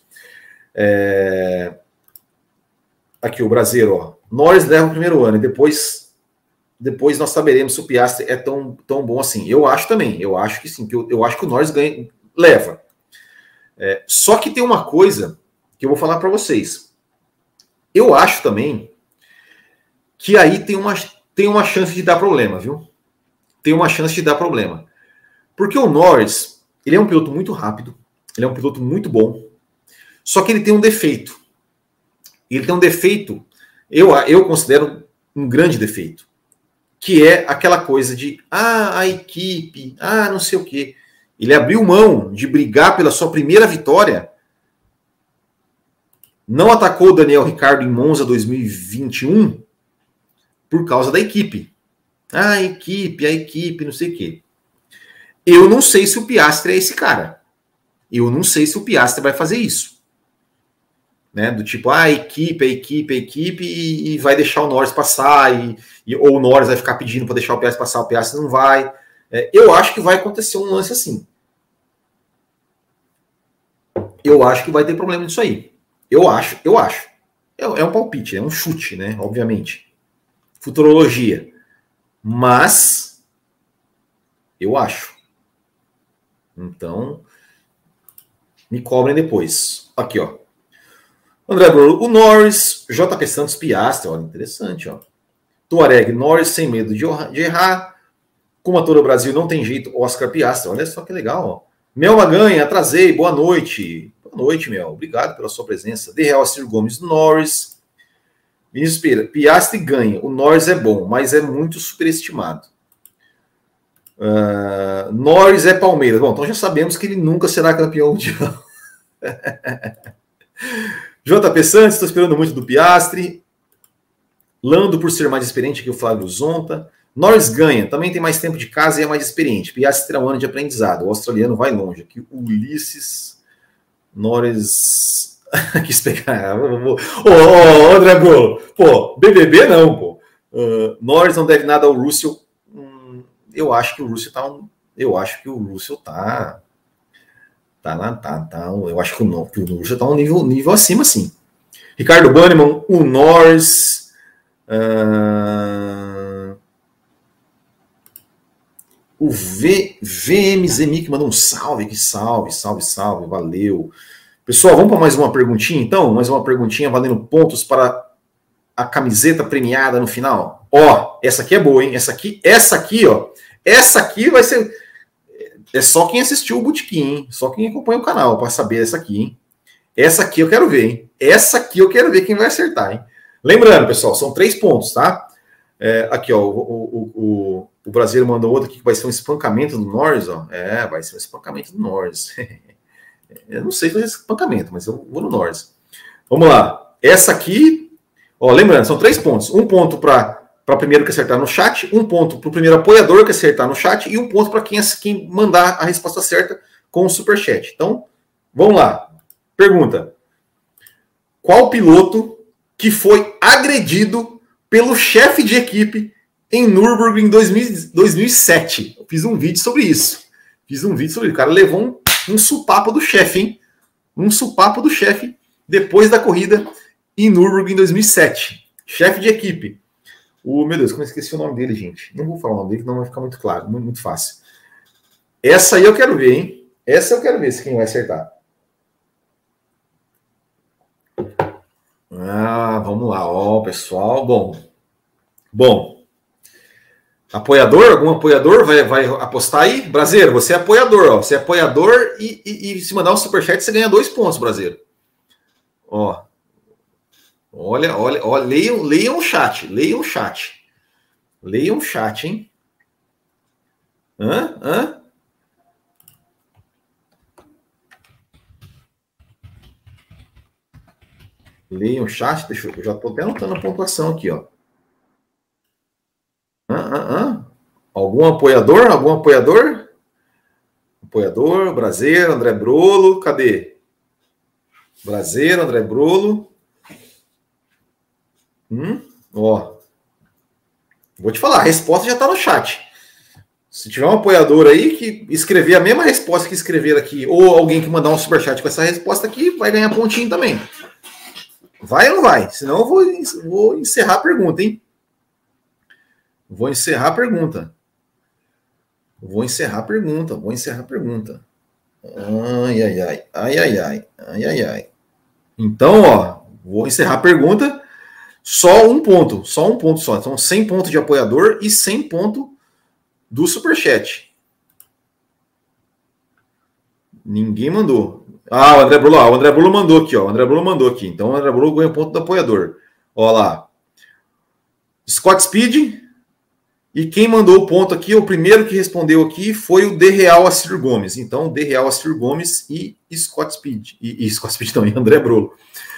Aqui o brasileiro, ó. Norris leva o primeiro ano e depois nós saberemos se o Piastri é tão bom assim. Eu acho também, eu acho que sim, eu acho que o Norris leva. Só que tem uma coisa que eu vou falar para vocês. Eu acho também que aí tem uma chance de dar problema, viu? Tem uma chance de dar problema. Porque o Norris, ele é um piloto muito rápido, ele é um piloto muito bom, só que ele tem um defeito. Eu considero um grande defeito, que é aquela coisa de, a equipe, não sei o quê. Ele abriu mão de brigar pela sua primeira vitória, não atacou o Daniel Ricciardo em Monza 2021 por causa da equipe. A equipe, não sei o quê. Eu não sei se o Piastri é esse cara. Eu não sei se o Piastri vai fazer isso. Né, do tipo, a equipe, e vai deixar o Norris passar, ou o Norris vai ficar pedindo para deixar o Piastri passar, o Piastri não vai. Eu acho que vai acontecer um lance assim. Eu acho que vai ter problema nisso aí. Eu acho. É um palpite, é um chute, né? Obviamente. Futurologia. Mas eu acho. Então, me cobrem depois. Aqui, ó. André Bruno, o Norris, JP Santos, Piastri, olha, interessante, ó. Tuareg, Norris sem medo de errar. Como a todo o Brasil não tem jeito, Oscar Piastri, olha só que legal, ó. Mel Maganha, atrasei, boa noite. Boa noite, Mel, obrigado pela sua presença. De Real Ciro Gomes, Norris. Vinícius Pereira, Piastri ganha, o Norris é bom, mas é muito superestimado. Norris é Palmeiras. Bom, então já sabemos que ele nunca será campeão mundial. JP Santos, estou esperando muito do Piastri. Lando, por ser mais experiente que o Flávio Zonta. Norris ganha, também tem mais tempo de casa e é mais experiente. Piastri terá um ano de aprendizado. O australiano vai longe. Aqui, Ulisses. Norris. Quis pegar. André Bro. Pô, BBB não, pô. Norris não deve nada ao Russell. Eu acho que o Russell tá. Eu acho que o Russell tá. Eu acho que o Russell está um nível acima, sim. Ricardo Banneman, o Norris. O VMZMI que mandou um salve, que salve, valeu. Pessoal, vamos para mais uma perguntinha, então? Mais uma perguntinha valendo pontos para a camiseta premiada no final. Ó, essa aqui é boa, hein? Essa aqui, ó. Essa aqui vai ser... É só quem assistiu o Botequim, hein? Só quem acompanha o canal para saber essa aqui, hein? Essa aqui eu quero ver, hein? Essa aqui eu quero ver quem vai acertar, hein? Lembrando, pessoal, são 3 pontos, tá? Aqui, ó, o brasileiro mandou outro aqui que vai ser um espancamento do Norris, ó. Vai ser um espancamento do Norris. Eu não sei fazer espancamento, mas eu vou no Norris. Vamos lá. Essa aqui, ó, lembrando, são 3 pontos. 1 ponto para o primeiro que acertar no chat, 1 ponto para o primeiro apoiador que acertar no chat e 1 ponto para quem mandar a resposta certa com o superchat. Então, vamos lá. Pergunta. Qual piloto que foi agredido pelo chefe de equipe em Nürburgring em 2007? Eu fiz um vídeo sobre isso. O cara levou um supapo do chefe, hein? Um supapo do chefe depois da corrida em Nürburgring em 2007. Chefe de equipe. Meu Deus, como eu esqueci o nome dele, gente. Não vou falar o nome dele, que não vai ficar muito claro, muito fácil. Essa aí eu quero ver, hein? Essa eu quero ver se quem vai acertar. Vamos lá, ó, pessoal. Bom. Apoiador? Algum apoiador vai apostar aí? Brasileiro, você é apoiador, ó. Você é apoiador e se mandar um superchat, você ganha 2 pontos, brasileiro. Ó. Olha, leiam o chat. Leiam o chat, hein? Hã? Leiam o chat, eu já estou até anotando a pontuação aqui, ó. Algum apoiador? Apoiador, Brasileiro, André Brolo, cadê? Brasileiro, André Brolo. Ó. Vou te falar, a resposta já está no chat. Se tiver um apoiador aí que escrever a mesma resposta que escrever aqui, ou alguém que mandar um superchat com essa resposta aqui, vai ganhar pontinho também. Vai ou não vai? Senão eu vou encerrar a pergunta, hein? Vou encerrar a pergunta. Ai. Então, ó, vou encerrar a pergunta. Só um ponto só. Então, 100 pontos de apoiador e 100 pontos do superchat. Ninguém mandou. O André Brulo mandou aqui, ó. Então, o André Brulo ganha ponto do apoiador. Ó lá. Scott Speed. E quem mandou o ponto aqui, o primeiro que respondeu aqui, foi o De Real Assir Gomes. Então, De Real Assir Gomes e Scott Speed. E Scott Speed também, André Brulo.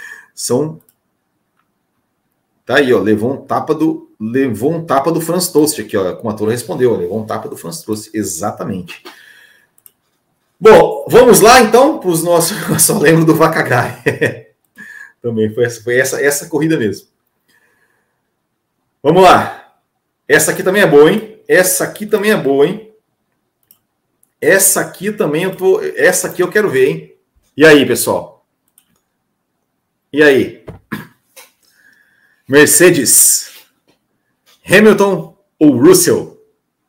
Tá aí, ó. Levou um tapa do Franz Tost aqui, ó. Como a Toro respondeu, ó, levou um tapa do Franz Tost. Exatamente. Bom, vamos lá então para os nossos. Eu só lembro do Vakagrai. Também foi essa corrida mesmo. Vamos lá. Essa aqui também é boa, hein? Essa aqui eu quero ver, hein? E aí, pessoal? E aí? Mercedes, Hamilton ou Russell?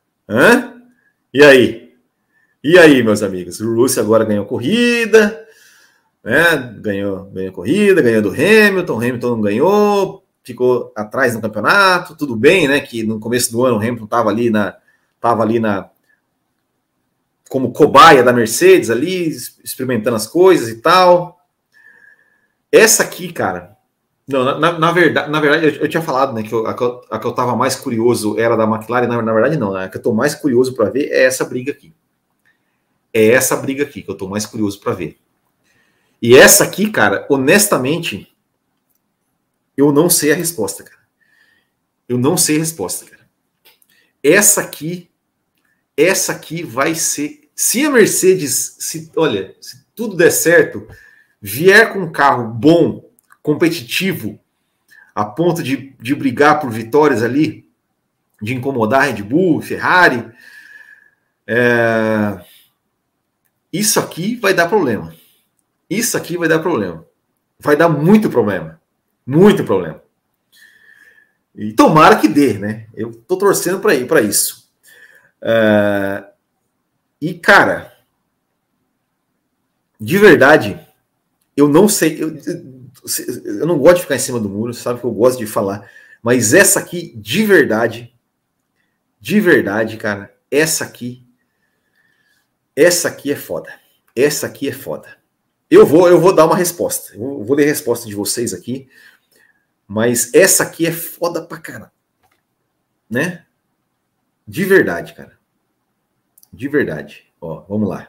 E aí, meus amigos? O Russell agora ganhou corrida, né? Ganhou corrida, ganhou do Hamilton. O Hamilton não ganhou, ficou atrás no campeonato. Tudo bem, né? Que no começo do ano o Hamilton estava ali como cobaia da Mercedes ali, experimentando as coisas e tal. Essa aqui, cara. Não, na verdade, eu tinha falado, né, que a que eu estava mais curioso era da McLaren. Na verdade, não, né? A que eu estou mais curioso para ver é essa briga aqui. É essa briga aqui que eu estou mais curioso para ver. E essa aqui, cara, honestamente, eu não sei a resposta, cara. Essa aqui vai ser... Se a Mercedes, se tudo der certo, vier com um carro bom, competitivo, a ponto de brigar por vitórias ali, de incomodar a Red Bull, Ferrari, isso aqui vai dar problema. Vai dar muito problema. E tomara que dê, né? Eu tô torcendo para isso. E, cara, de verdade, eu não sei... Eu não gosto de ficar em cima do muro, sabe que eu gosto de falar. Mas essa aqui, de verdade, cara, essa aqui é foda. Eu vou dar uma resposta. Eu vou ler a resposta de vocês aqui. Mas essa aqui é foda pra caramba. Né? De verdade, cara. De verdade. Ó, vamos lá.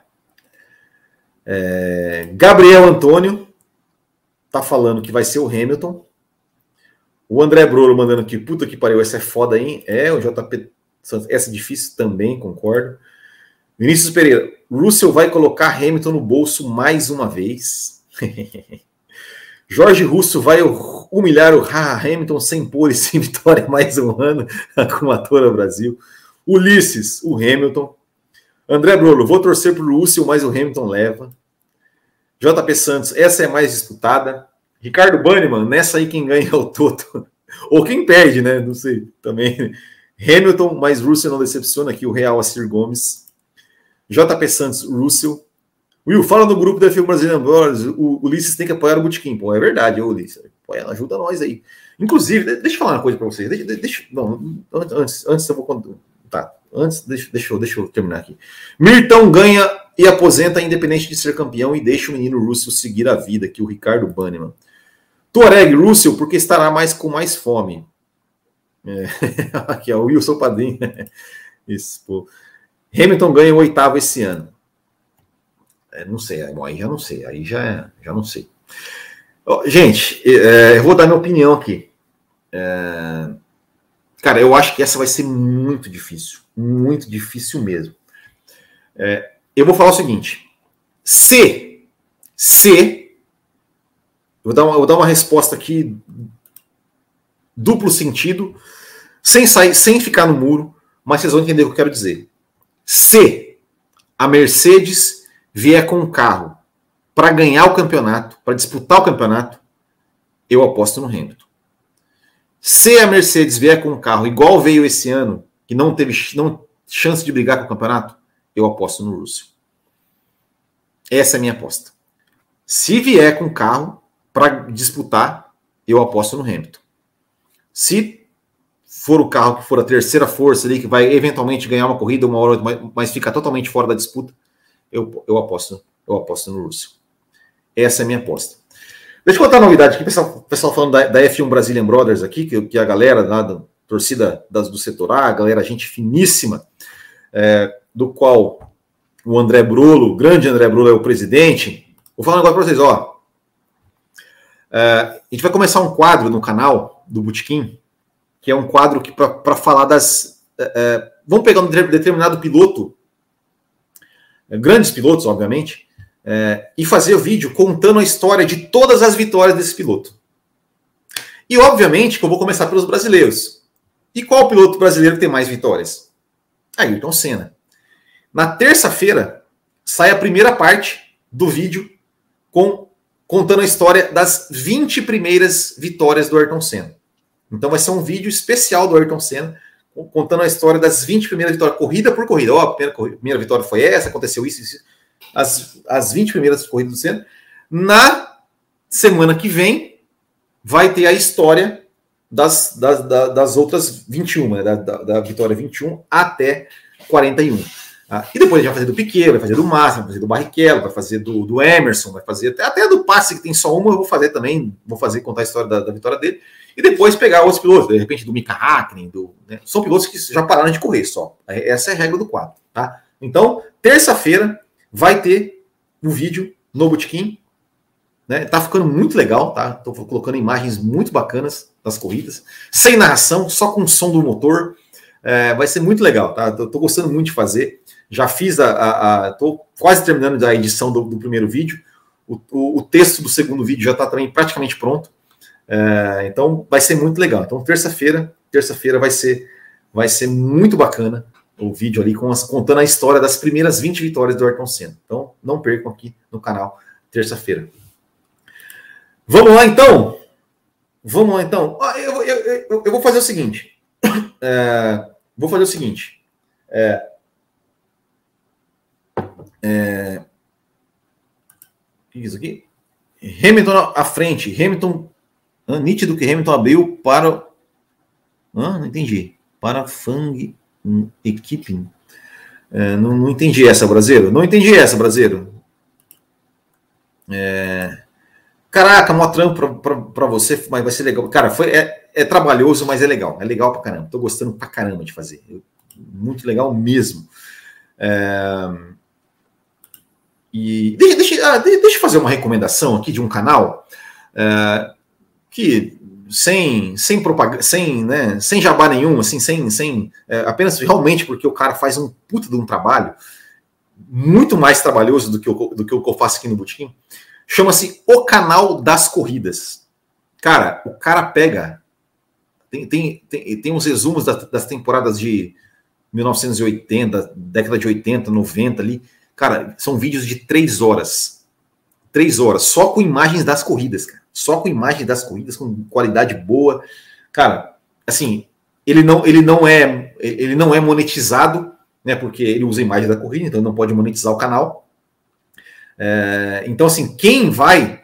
Gabriel Antônio tá falando que vai ser o Hamilton. O André Brolo mandando que puta que pariu, essa é foda, hein? O JP Santos, essa é difícil também, concordo. Vinícius Pereira, Russell vai colocar Hamilton no bolso mais uma vez. Jorge Russo vai humilhar o Hamilton sem pole, sem vitória mais um ano, com a Toro Brasil. Ulisses, o Hamilton. André Brolo, vou torcer pro Russell, mas o Hamilton leva. JP Santos, essa é mais disputada. Ricardo Banniman, nessa aí quem ganha é o Toto. Ou quem perde, né? Não sei. Também. Hamilton, mas Russell não decepciona aqui, o Real Assir Gomes. JP Santos, Russell. Will, fala no grupo da F1 Brasileiro. O Ulisses tem que apoiar o Botequim. Pô, é verdade, Ulisses. Apoia, ajuda nós aí. Inclusive, deixa eu falar uma coisa para vocês. Antes eu vou. Tá, deixa eu terminar aqui. Mirtão ganha e aposenta independente de ser campeão e deixa o menino Russell seguir a vida, aqui o Ricardo Banniman. Tuareg, Russell, porque estará com mais fome. Aqui, ó, o Wilson Padrinho. Isso, pô. Hamilton ganha o 8º esse ano. Não sei, aí já não sei. Aí já não sei. Gente, eu vou dar minha opinião aqui. Cara, eu acho que essa vai ser muito difícil. Muito difícil mesmo. Eu vou falar o seguinte. Eu vou dar uma resposta aqui duplo sentido, sem ficar no muro, mas vocês vão entender o que eu quero dizer. Se a Mercedes vier com um carro para ganhar o campeonato, para disputar o campeonato, eu aposto no Hamilton. Se a Mercedes vier com um carro igual veio esse ano, que não teve chance de brigar com o campeonato, eu aposto no Russell. Essa é a minha aposta. Se vier com um carro para disputar, eu aposto no Hamilton. Se for o carro que for a terceira força ali, que vai eventualmente ganhar uma corrida, uma hora, mas fica totalmente fora da disputa, eu aposto no Russell. Essa é a minha aposta. Deixa eu contar uma novidade aqui, pessoal falando da F1 Brazilian Brothers aqui, que a galera lá da torcida do setor A, a galera, gente finíssima, do qual o André Brolo, o grande André Brolo é o presidente. Vou falar um negócio para vocês, ó. A gente vai começar um quadro no canal do Botequim, que é um quadro para falar das... vamos pegar um determinado piloto, grandes pilotos, obviamente, e fazer o vídeo contando a história de todas as vitórias desse piloto. E, obviamente, que eu vou começar pelos brasileiros. E qual piloto brasileiro que tem mais vitórias? Ayrton Senna. Na terça-feira, sai a primeira parte do vídeo contando a história das 20 primeiras vitórias do Ayrton Senna. Então vai ser um vídeo especial do Ayrton Senna, contando a história das 20 primeiras vitórias, corrida por corrida. Ó, a primeira vitória foi essa, aconteceu isso. As 20 primeiras corridas do Senna. Na semana que vem, vai ter a história das outras 21, né? da vitória 21 até 41. E depois a gente vai fazer do Piquet, vai fazer do Massa, vai fazer do Barrichello, vai fazer do Emerson, vai fazer até do Passe, que tem só uma, eu vou fazer também, contar a história da vitória dele, e depois pegar outros pilotos, de repente do Mika Hakkinen, né? São pilotos que já pararam de correr só. Essa é a regra do quadro, tá? Então, terça-feira vai ter um vídeo no Botequim, né? Tá ficando muito legal, tá? Tô colocando imagens muito bacanas das corridas, sem narração, só com o som do motor. Vai ser muito legal, tá? Tô gostando muito de fazer. Já fiz tô quase terminando a edição do primeiro vídeo. O texto do segundo vídeo já está também praticamente pronto. Então vai ser muito legal. Então terça-feira vai ser muito bacana o vídeo ali contando a história das primeiras 20 vitórias do Ayrton Senna. Então não percam aqui no canal terça-feira. Vamos lá então. Eu vou fazer o seguinte. Isso aqui. Hamilton à frente. Nítido que Hamilton abriu para... não entendi. Para Fang Equipe. Não entendi essa, brasileiro. Não entendi essa, brasileiro. Caraca, mó trampo para você, mas vai ser legal. Cara, é trabalhoso, mas é legal. É legal pra caramba. Tô gostando pra caramba de fazer. Muito legal mesmo. E deixa eu fazer uma recomendação aqui de um canal que sem propaganda, sem jabá nenhum, assim, apenas realmente porque o cara faz um puta de um trabalho muito mais trabalhoso do que o que eu faço aqui no Botequim. Chama-se O Canal das Corridas. Cara, o cara pega... Tem uns resumos das temporadas de 1980, década de 80, 90 ali. Cara, são vídeos de 3 horas. 3 horas, só com imagens das corridas, cara. Só com imagens das corridas, com qualidade boa. Cara, assim, ele não é monetizado, né? Porque ele usa a imagem da corrida, então não pode monetizar o canal. Então, assim, quem vai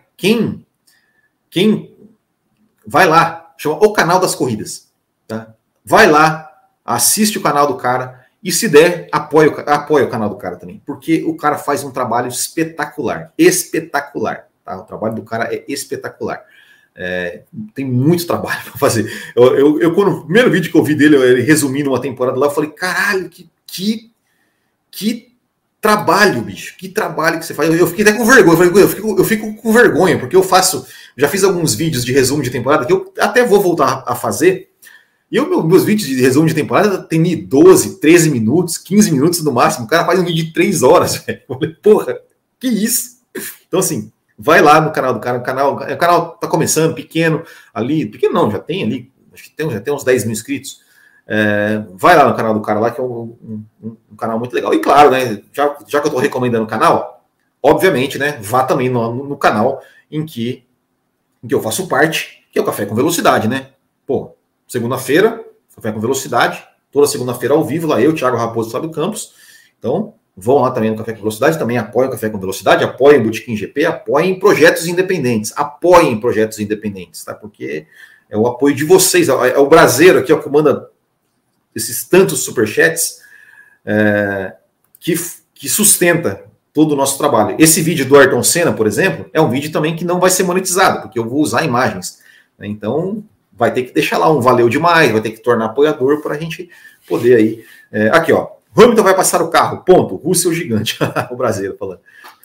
lá, chama o canal das corridas, tá? Vai lá, assiste o canal do cara e, se der, apoia o canal do cara também, porque o cara faz um trabalho espetacular, tá? O trabalho do cara é espetacular. Tem muito trabalho para fazer. Quando o primeiro vídeo que eu vi dele, ele resumindo uma temporada lá, eu falei, caralho, que trabalho, bicho, que trabalho que você faz. Eu fiquei até com vergonha, eu fico com vergonha, porque já fiz alguns vídeos de resumo de temporada que eu até vou voltar a fazer. E meus vídeos de resumo de temporada tem 12, 13 minutos, 15 minutos no máximo. O cara faz um vídeo de 3 horas, velho. Eu falei, porra, que isso? Então, assim, vai lá no canal do cara. O canal tá começando, pequeno ali. Pequeno não, já tem ali, acho que já tem uns 10 mil inscritos. Vai lá no canal do cara lá, que é um canal muito legal. E claro, né, já que eu tô recomendando o canal, obviamente, né, vá também no canal em que eu faço parte, que é o Café com Velocidade, né? Pô, segunda-feira, Café com Velocidade, toda segunda-feira ao vivo, lá eu, Thiago Raposo e Fábio Campos. Então, vão lá também no Café com Velocidade, também apoiem o Café com Velocidade, apoiem o Botequim GP, apoiem projetos independentes, tá? Porque é o apoio de vocês, é o braseiro aqui, ó, que manda esses tantos superchats, que sustenta todo o nosso trabalho. Esse vídeo do Ayrton Senna, por exemplo, é um vídeo também que não vai ser monetizado, porque eu vou usar imagens, né? Então, vai ter que deixar lá um valeu demais, vai ter que tornar apoiador para a gente poder aí... aqui, ó. Hamilton vai passar o carro, ponto. Russell gigante. O brasileiro falando.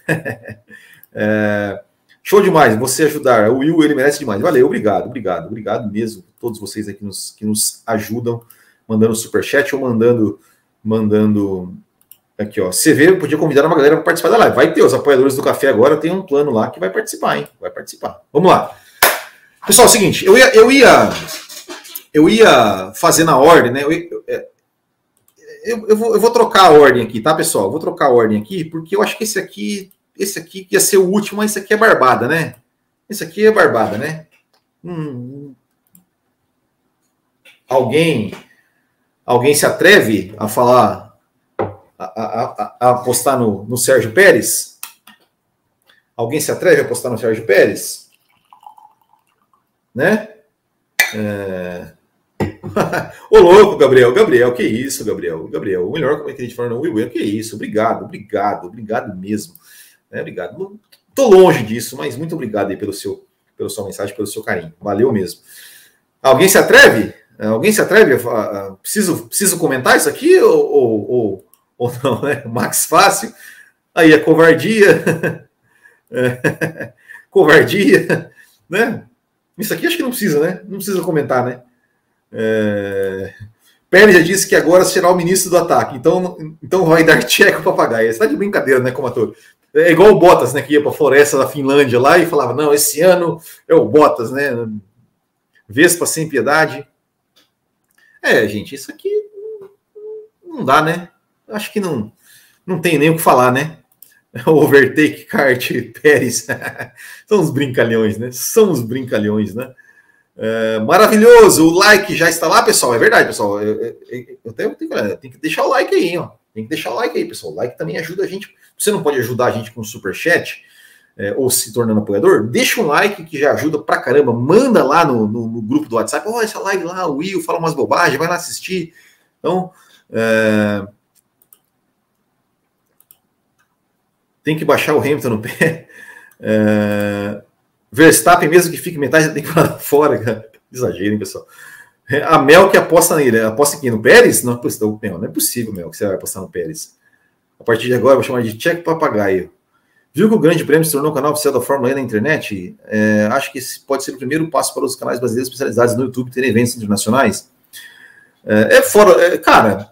Show demais, você ajudar. O Will, ele merece demais. Valeu, obrigado mesmo. Todos vocês aí que nos ajudam, mandando superchat ou mandando aqui, ó. CV podia convidar uma galera para participar da live. Vai ter, os apoiadores do café agora tem um plano lá que vai participar, hein? Vai participar. Vamos lá. Pessoal, é o seguinte, eu ia fazer na ordem, né? Eu vou trocar a ordem aqui, tá, pessoal? Vou trocar a ordem aqui, porque eu acho que esse aqui ia ser o último, mas esse aqui é barbada, né? Esse aqui é barbada, né? Alguém se atreve a falar, a apostar no Sérgio Pérez? Alguém se atreve a apostar no Sérgio Pérez? Né? Ô louco, Gabriel, que isso, Gabriel, o melhor como é que a gente fala, não, Will, que isso, obrigado mesmo, né? Obrigado, tô longe disso, mas muito obrigado aí pela sua mensagem, pelo seu carinho, valeu mesmo. Alguém se atreve? Preciso comentar isso aqui ou não, né? Max Fácil, aí a covardia, covardia, né? Isso aqui acho que não precisa, né? Não precisa comentar, né? Pérez já disse que agora será o ministro do ataque, então vai dar tcheco papagaio. Você tá de brincadeira, né, como ator? É igual o Bottas, né, que ia para a floresta da Finlândia lá e falava, não, esse ano é o Bottas, né? Vespa sem piedade. Gente, isso aqui não dá, né? Acho que não tem nem o que falar, né? Overtake, kart, Pérez. São os brincalhões, né? Maravilhoso, o like já está lá, pessoal. É verdade, pessoal. Eu tenho que deixar o like aí, ó. Tem que deixar o like aí, pessoal. O like também ajuda a gente. Você não pode ajudar a gente com superchat ou se tornando apoiador? Deixa um like que já ajuda pra caramba. Manda lá no grupo do WhatsApp. Essa live lá, o Will fala umas bobagens, vai lá assistir. Então, tem que baixar o Hamilton no pé. Verstappen, mesmo que fique metade, tem que ir para fora, cara. Exagero, hein, pessoal. A Mel que aposta nele. Aposta aqui no Pérez? Não é possível, Mel, que você vai apostar no Pérez. A partir de agora, eu vou chamar de Cheque Papagaio. Viu que o Grande Prêmio se tornou um canal oficial da Fórmula E na internet? Acho que esse pode ser o primeiro passo para os canais brasileiros especializados no YouTube terem eventos internacionais. Cara,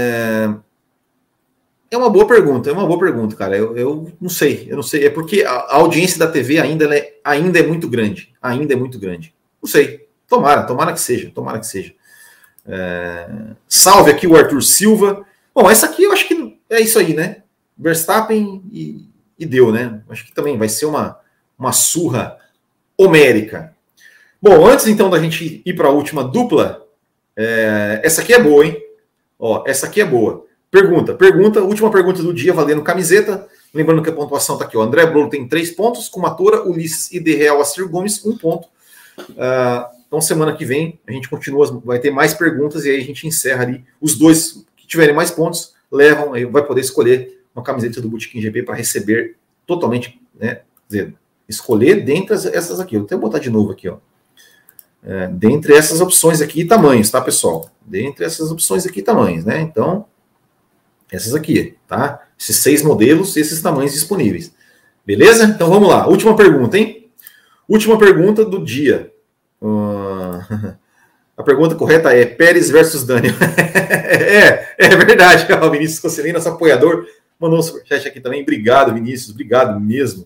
é uma boa pergunta, cara. Eu não sei. É porque a audiência da TV ainda é muito grande. Não sei. Tomara que seja. Salve aqui o Arthur Silva. Bom, essa aqui eu acho que é isso aí, né? Verstappen e e deu, né? Acho que também vai ser uma surra homérica. Bom, antes então da gente ir para a última dupla, essa aqui é boa, hein? Ó, essa aqui é boa. Última pergunta do dia, valendo camiseta. Lembrando que a pontuação está aqui, ó. André Brolo tem 3 pontos, Kumatora, Ulisses e De Real Assir Gomes, 1 ponto. Então, semana que vem, a gente continua, vai ter mais perguntas e aí a gente encerra ali. Os dois que tiverem mais pontos, levam, aí vai poder escolher uma camiseta do Botequim GP para receber totalmente, né? Quer dizer, escolher dentre essas aqui. Eu vou até botar de novo aqui, ó. Dentre essas opções aqui, tamanhos, tá, pessoal? Dentre essas opções aqui, tamanhos, né? Então, essas aqui, tá? Esses 6 modelos, esses tamanhos disponíveis. Beleza? Então, vamos lá. Última pergunta, hein? Última pergunta do dia. A pergunta correta é Pérez versus Daniel. é verdade. O Vinícius Conselheiro, nosso apoiador, mandou um superchat aqui também. Obrigado, Vinícius. Obrigado mesmo.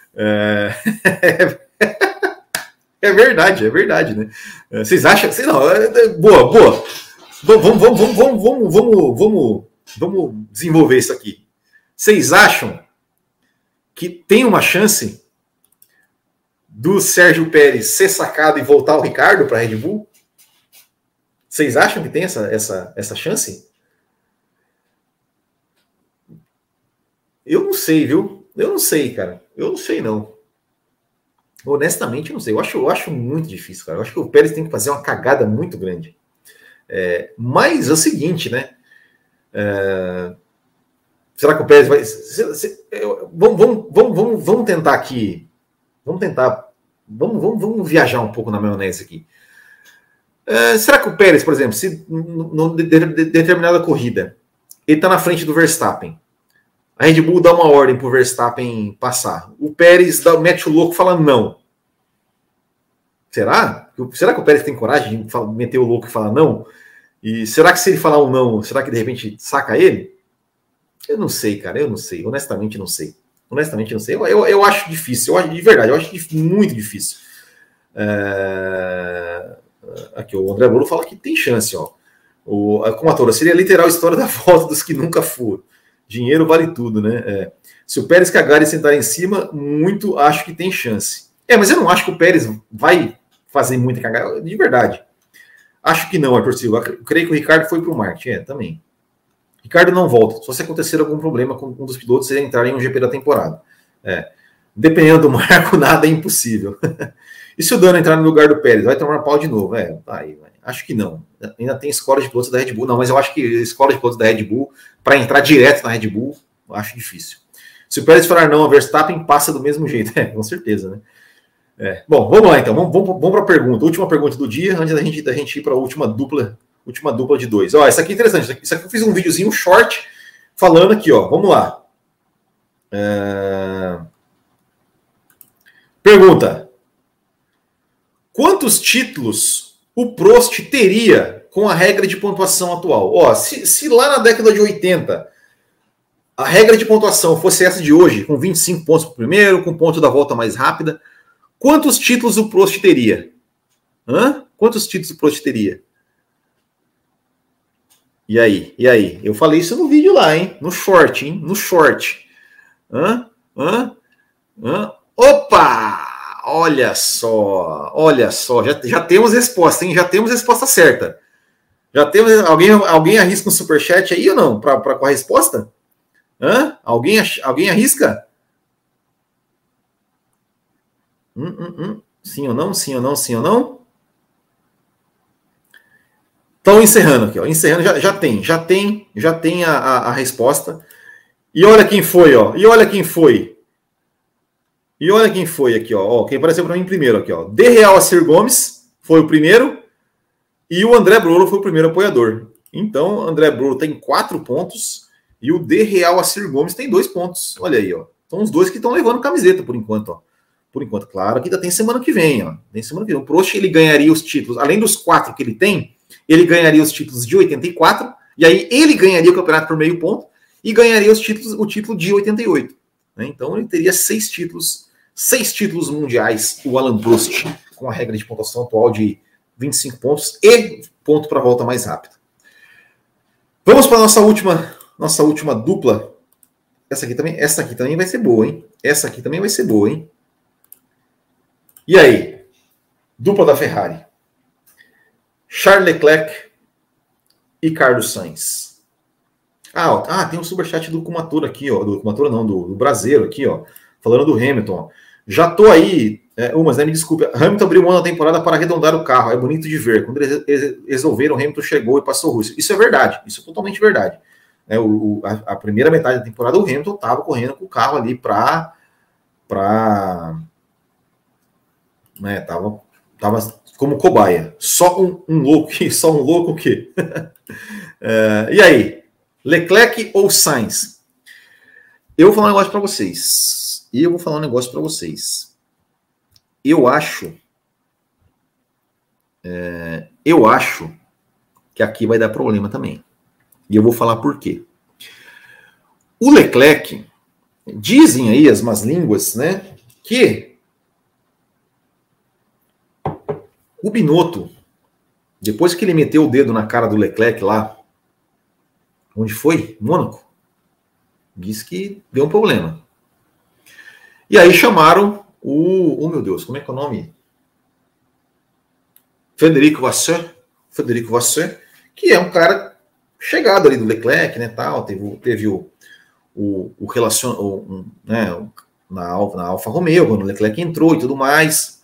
É verdade, né? Vocês acham que... Não, boa. Vamos desenvolver isso aqui. Vocês acham que tem uma chance do Sérgio Pérez ser sacado e voltar ao Ricardo para a Red Bull? Vocês acham que tem essa chance? Eu não sei, viu? Eu não sei, cara. Eu não sei, não. Honestamente, eu não sei. Eu acho muito difícil, cara. Eu acho que o Pérez tem que fazer uma cagada muito grande. Mas é o seguinte, né? Será que o Pérez vai... Vamos tentar aqui. Vamos viajar um pouco na maionese aqui. Será que o Pérez, por exemplo, se numa determinada corrida ele está na frente do Verstappen, a Red Bull dá uma ordem para o Verstappen passar, o Pérez mete o louco e fala não. Será que o Pérez tem coragem de meter o louco e falar não? E será que se ele falar um não, será que de repente saca ele? Eu não sei, cara, eu não sei. Honestamente, não sei. Eu acho difícil, de verdade, eu acho muito difícil. Aqui, o André Brolo fala que tem chance, ó. A Kumatora seria a literal história da volta dos que nunca foram. Dinheiro vale tudo, né? Se o Pérez cagar e sentar em cima, muito acho que tem chance. Mas eu não acho que o Pérez vai fazer muita cagada, de verdade. Acho que não, Arthur Silva. Eu creio que o Ricardo foi para o marketing, também. Ricardo não volta. Só se acontecer algum problema com um dos pilotos, ele entrar em um GP da temporada. Dependendo do Marco, nada é impossível. E se o Dano entrar no lugar do Pérez, vai tomar pau de novo? Acho que não. Ainda tem escola de pilotos da Red Bull. Não, mas eu acho que a escola de pilotos da Red Bull, para entrar direto na Red Bull, eu acho difícil. Se o Pérez falar não, a Verstappen passa do mesmo jeito. Com certeza, né? Bom, vamos lá então. Vamos para a pergunta. Última pergunta do dia, antes da gente ir para a última dupla de 2. Ó, essa aqui é interessante. Isso aqui eu fiz um videozinho short falando aqui, ó. Vamos lá. Pergunta: quantos títulos o Prost teria com a regra de pontuação atual? Ó, se lá na década de 80 a regra de pontuação fosse essa de hoje, com 25 pontos para o primeiro, com ponto da volta mais rápida, quantos títulos o Prost teria? Quantos títulos o Prost teria? E aí? Eu falei isso no vídeo lá, hein? No short, hein? No short. Opa! Olha só. Já temos resposta, hein? Já temos resposta certa. Já temos. Alguém arrisca um superchat aí ou não? Com a resposta? Alguém arrisca? Sim ou não? Sim ou não? Sim ou não? Então, encerrando aqui, ó. Encerrando, já tem a resposta. E olha quem foi, ó. E olha quem foi aqui, ó. Quem apareceu para mim primeiro aqui, ó. De Real Assir Gomes foi o primeiro. E o André Brolo foi o primeiro apoiador. Então, o André Brolo tem 4 pontos. E o De Real Assir Gomes tem 2 pontos. Olha aí, ó. São os dois que estão levando camiseta por enquanto, ó. Por enquanto, claro que ainda tem semana que vem, ó. O Prost, ele ganharia os títulos, além dos 4 que ele tem, ele ganharia os títulos de 84, e aí ele ganharia o campeonato por meio ponto, e ganharia o título de 88. Né? Então ele teria 6 títulos mundiais, o Alan Prost, com a regra de pontuação atual de 25 pontos e ponto para a volta mais rápida. Vamos para a nossa última dupla essa aqui também vai ser boa, hein? Essa aqui também vai ser boa, hein? E aí? Dupla da Ferrari. Charles Leclerc e Carlos Sainz. Tem um superchat do Kumatura aqui, ó. Do Kumatura não, do Brasileiro aqui, ó. Falando do Hamilton, ó. Já tô aí, mas me desculpe. Hamilton abriu mão da temporada para arredondar o carro. É bonito de ver. Quando eles resolveram, Hamilton chegou e passou o Russell. Isso é verdade. Isso é totalmente verdade. A primeira metade da temporada, o Hamilton estava correndo com o carro ali tava como cobaia. Só um louco o quê? E aí? Leclerc ou Sainz? Eu vou falar um negócio para vocês. Eu acho que aqui vai dar problema também. E eu vou falar por quê. O Leclerc, dizem aí as más línguas, né, que o Binotto, depois que ele meteu o dedo na cara do Leclerc lá, onde foi? Mônaco, disse que deu um problema. E aí chamaram meu Deus, como é que é o nome? Federico Vasseur, que é um cara chegado ali do Leclerc, né, tal, teve o relacionamento, né, na Alfa Romeo, quando o Leclerc entrou e tudo mais.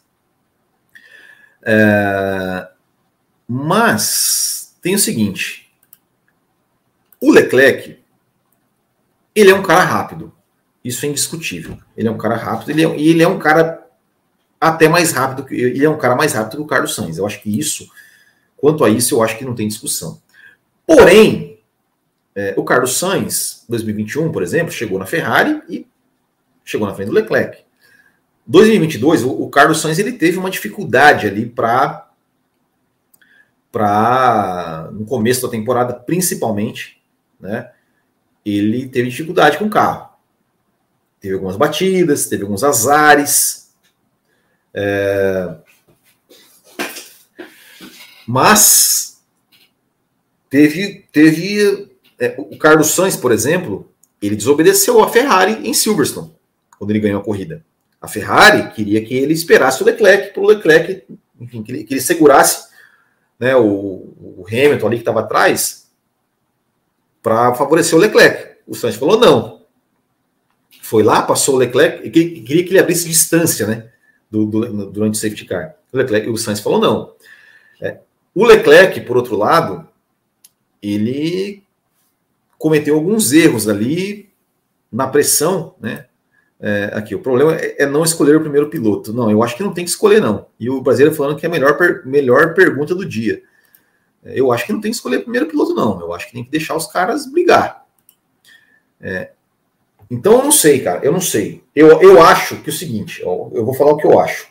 Mas tem o seguinte, o Leclerc, ele é um cara rápido, isso é indiscutível. Ele é um cara rápido, ele é um cara até mais rápido, ele é um cara mais rápido que o Carlos Sainz. Eu acho que quanto a isso, eu acho que não tem discussão. Porém, o Carlos Sainz, 2021, por exemplo, chegou na Ferrari e chegou na frente do Leclerc. 2022, o Carlos Sainz ele teve uma dificuldade ali no começo da temporada, principalmente, né? Ele teve dificuldade com o carro. Teve algumas batidas, teve alguns azares. Mas o Carlos Sainz, por exemplo, ele desobedeceu a Ferrari em Silverstone, quando ele ganhou a corrida. A Ferrari queria que ele esperasse o Leclerc, para o Leclerc, enfim, que ele segurasse, né, o Hamilton ali que estava atrás, para favorecer o Leclerc. O Sainz falou não. Foi lá, passou o Leclerc, e queria que ele abrisse distância, né, durante o safety car. O Sainz falou não. O Leclerc, por outro lado, ele cometeu alguns erros ali na pressão, né? Aqui, o problema é não escolher o primeiro piloto. Não, eu acho que não tem que escolher, não. E o brasileiro falando que é a melhor pergunta do dia. Eu acho que não tem que escolher o primeiro piloto, não. Eu acho que tem que deixar os caras brigar. Então, eu não sei, cara. Eu não sei. Eu acho que é o seguinte, eu vou falar o que eu acho.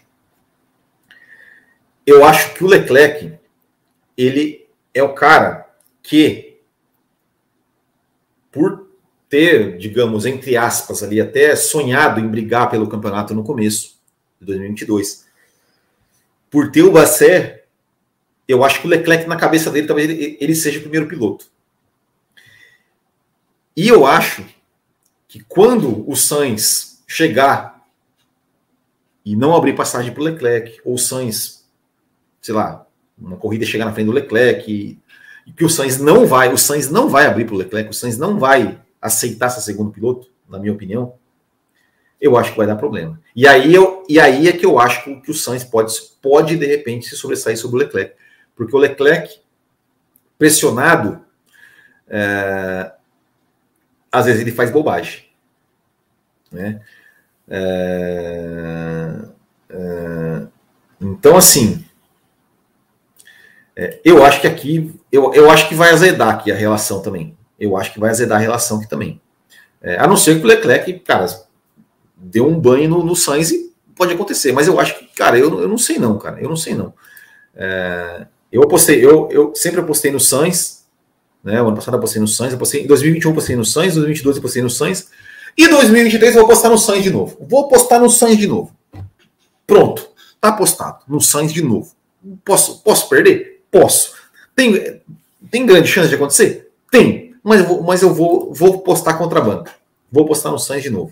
Eu acho que o Leclerc, ele é o cara que, por ter, digamos, entre aspas, ali até sonhado em brigar pelo campeonato no começo de 2022, por ter o Vasseur, eu acho que o Leclerc, na cabeça dele, talvez ele seja o primeiro piloto. E eu acho que quando o Sainz chegar e não abrir passagem para o Leclerc, ou o Sainz, sei lá, uma corrida chegar na frente do Leclerc, e que o Sainz não vai abrir para o Leclerc, o Sainz não vai aceitar ser segundo piloto, na minha opinião, eu acho que vai dar problema. E aí é que eu acho que o Sainz pode de repente se sobressair sobre o Leclerc. Porque o Leclerc, pressionado, às vezes ele faz bobagem. Né? Então, assim, eu acho que aqui, eu acho que vai azedar aqui a relação também. Eu acho que vai azedar a relação aqui também. A não ser que o Leclerc, cara, deu um banho no Sainz e pode acontecer. Mas eu acho que, cara, eu não sei não, cara. Eu não sei não. Eu sempre apostei no Sainz, né? O ano passado eu apostei no Sainz, em 2021 eu apostei no Sainz, em 2022 eu apostei no Sainz, e em 2023 eu vou apostar no Sainz de novo. Vou apostar no Sainz de novo. Pronto, tá apostado no Sainz de novo. Posso perder? Posso. Tem grande chance de acontecer? Tem, mas eu vou apostar contra a banca. Vou apostar no Sainz de novo.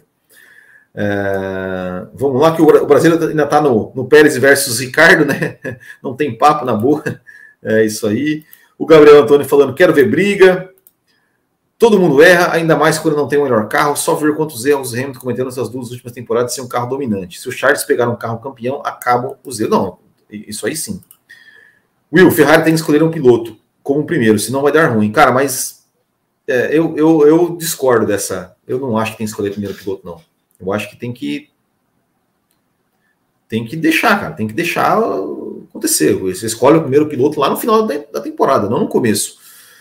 Vamos lá, que o Brasil ainda está no Pérez versus Ricardo, né? Não tem papo na boa. É isso aí. O Gabriel Antônio falando, quero ver briga. Todo mundo erra, ainda mais quando não tem o melhor carro. Só ver quantos erros o Hamilton cometeu nessas 2 últimas temporadas sem um carro dominante. Se o Charles pegar um carro campeão, acabam os erros. Não, isso aí sim. Will, Ferrari tem que escolher um piloto como primeiro, senão vai dar ruim. Cara, mas eu discordo dessa. Eu não acho que tem que escolher primeiro piloto, não. Eu acho que tem que deixar, cara. Tem que deixar acontecer. Você escolhe o primeiro piloto lá no final da temporada, não no começo.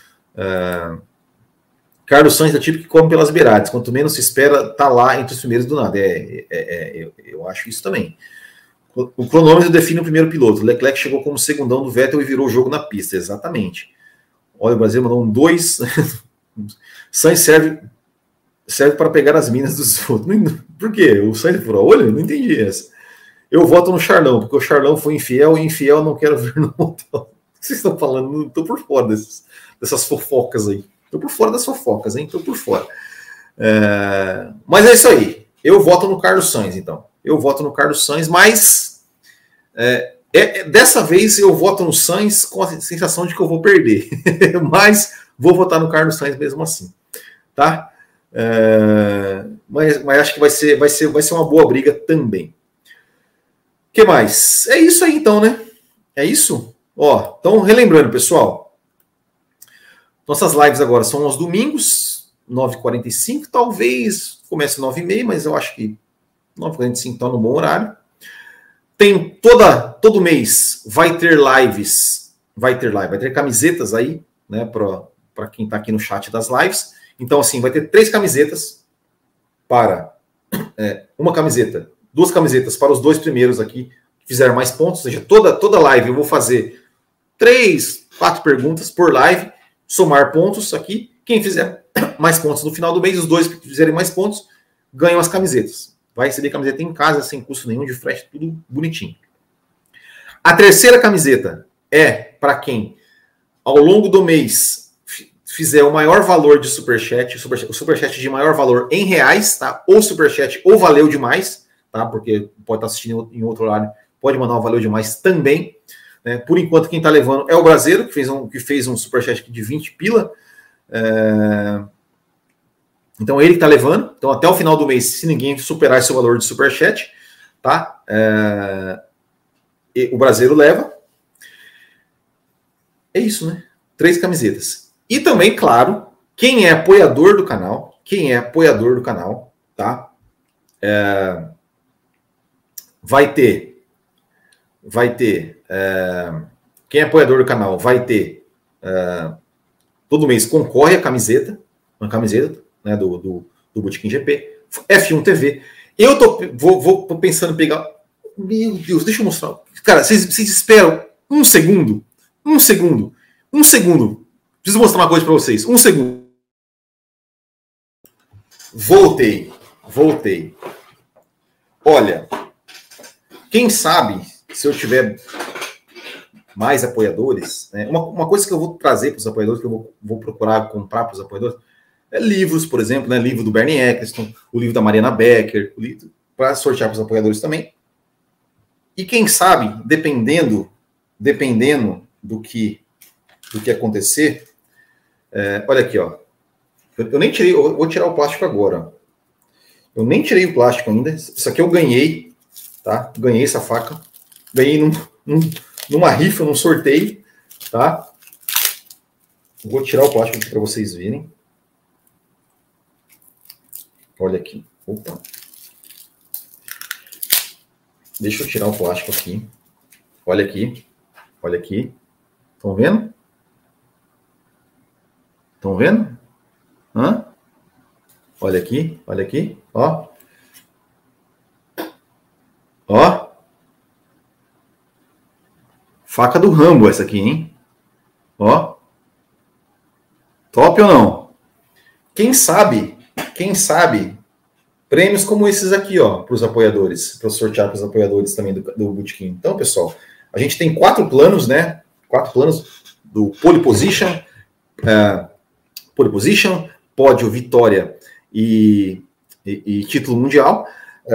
Carlos Sainz é tipo que come pelas beiradas. Quanto menos se espera, tá lá entre os primeiros do nada. Eu acho isso também. O cronômetro define o primeiro piloto. Leclerc chegou como segundão do Vettel e virou o jogo na pista. Exatamente. Olha, o Brasil mandou um 2. Sainz serve para pegar as minas dos outros. Por quê? O Sainz furou olho? Não entendi essa. Eu voto no Charlão, porque o Charlão foi infiel e infiel não quero ver no motel. O que vocês estão falando? Não estou por fora dessas fofocas aí. Estou por fora das fofocas, hein? Estou por fora. Mas é isso aí. Eu voto no Carlos Sainz, então. Eu voto no Carlos Sainz, mas dessa vez eu voto no Sainz com a sensação de que eu vou perder. Mas vou votar no Carlos Sainz mesmo assim. Tá? Mas acho que vai ser uma boa briga também. O que mais? É isso aí então, né? É isso? Ó, então, relembrando, pessoal. Nossas lives agora são aos domingos, 9h45, talvez comece 9h30, mas eu acho que 9h45 está no bom horário. Tem todo mês vai ter lives, vai ter camisetas aí, né, para quem está aqui no chat das lives. Então, assim, vai ter 3 camisetas para uma camiseta, 2 camisetas para os 2 primeiros aqui que fizeram mais pontos, ou seja, toda live eu vou fazer 3, 4 perguntas por live, somar pontos aqui. Quem fizer mais pontos no final do mês, os 2 que fizerem mais pontos, ganham as camisetas. Vai receber camiseta em casa, sem custo nenhum, de frete, tudo bonitinho. A terceira camiseta é para quem, ao longo do mês, fizer o maior valor de superchat, o superchat de maior valor em reais, tá? Ou superchat ou valeu demais, tá? Porque pode estar assistindo em outro horário, pode mandar um valeu demais também. Né? Por enquanto, quem está levando é o Brasileiro, que fez um superchat de 20 pila. Então, ele que está levando. Então, até o final do mês, se ninguém superar esse valor de superchat, tá? O Brasileiro leva. É isso, né? 3 camisetas. E também, claro, quem é apoiador do canal, tá? Vai ter, quem é apoiador do canal vai ter, todo mês concorre a uma camiseta, né, do Botequim GP, F1 TV. Eu vou pensando em pegar, meu Deus, deixa eu mostrar. Cara, vocês esperam um segundo. Preciso mostrar uma coisa para vocês. Um segundo. Voltei. Olha, quem sabe, se eu tiver mais apoiadores, né, uma coisa que eu vou trazer para os apoiadores, que eu vou procurar comprar para os apoiadores, é livros, por exemplo, né, livro do Bernie Eccleston, o livro da Mariana Becker, para sortear para os apoiadores também. E quem sabe, dependendo do que acontecer, olha aqui, ó. Eu nem tirei, eu vou tirar o plástico agora. Eu nem tirei o plástico ainda. Isso aqui eu ganhei, tá? Ganhei essa faca. Ganhei numa rifa, num sorteio, tá? Vou tirar o plástico aqui para vocês verem. Olha aqui. Opa. Deixa eu tirar o plástico aqui. Olha aqui. Estão vendo? Hã? Olha aqui. Ó. Faca do Rambo essa aqui, hein? Ó. Top ou não? Quem sabe, prêmios como esses aqui, ó, para os apoiadores, para sortear para os apoiadores também do Botequim. Então, pessoal, a gente tem 4 planos, né? 4 planos do Pole Position, Pódio, Vitória e título mundial.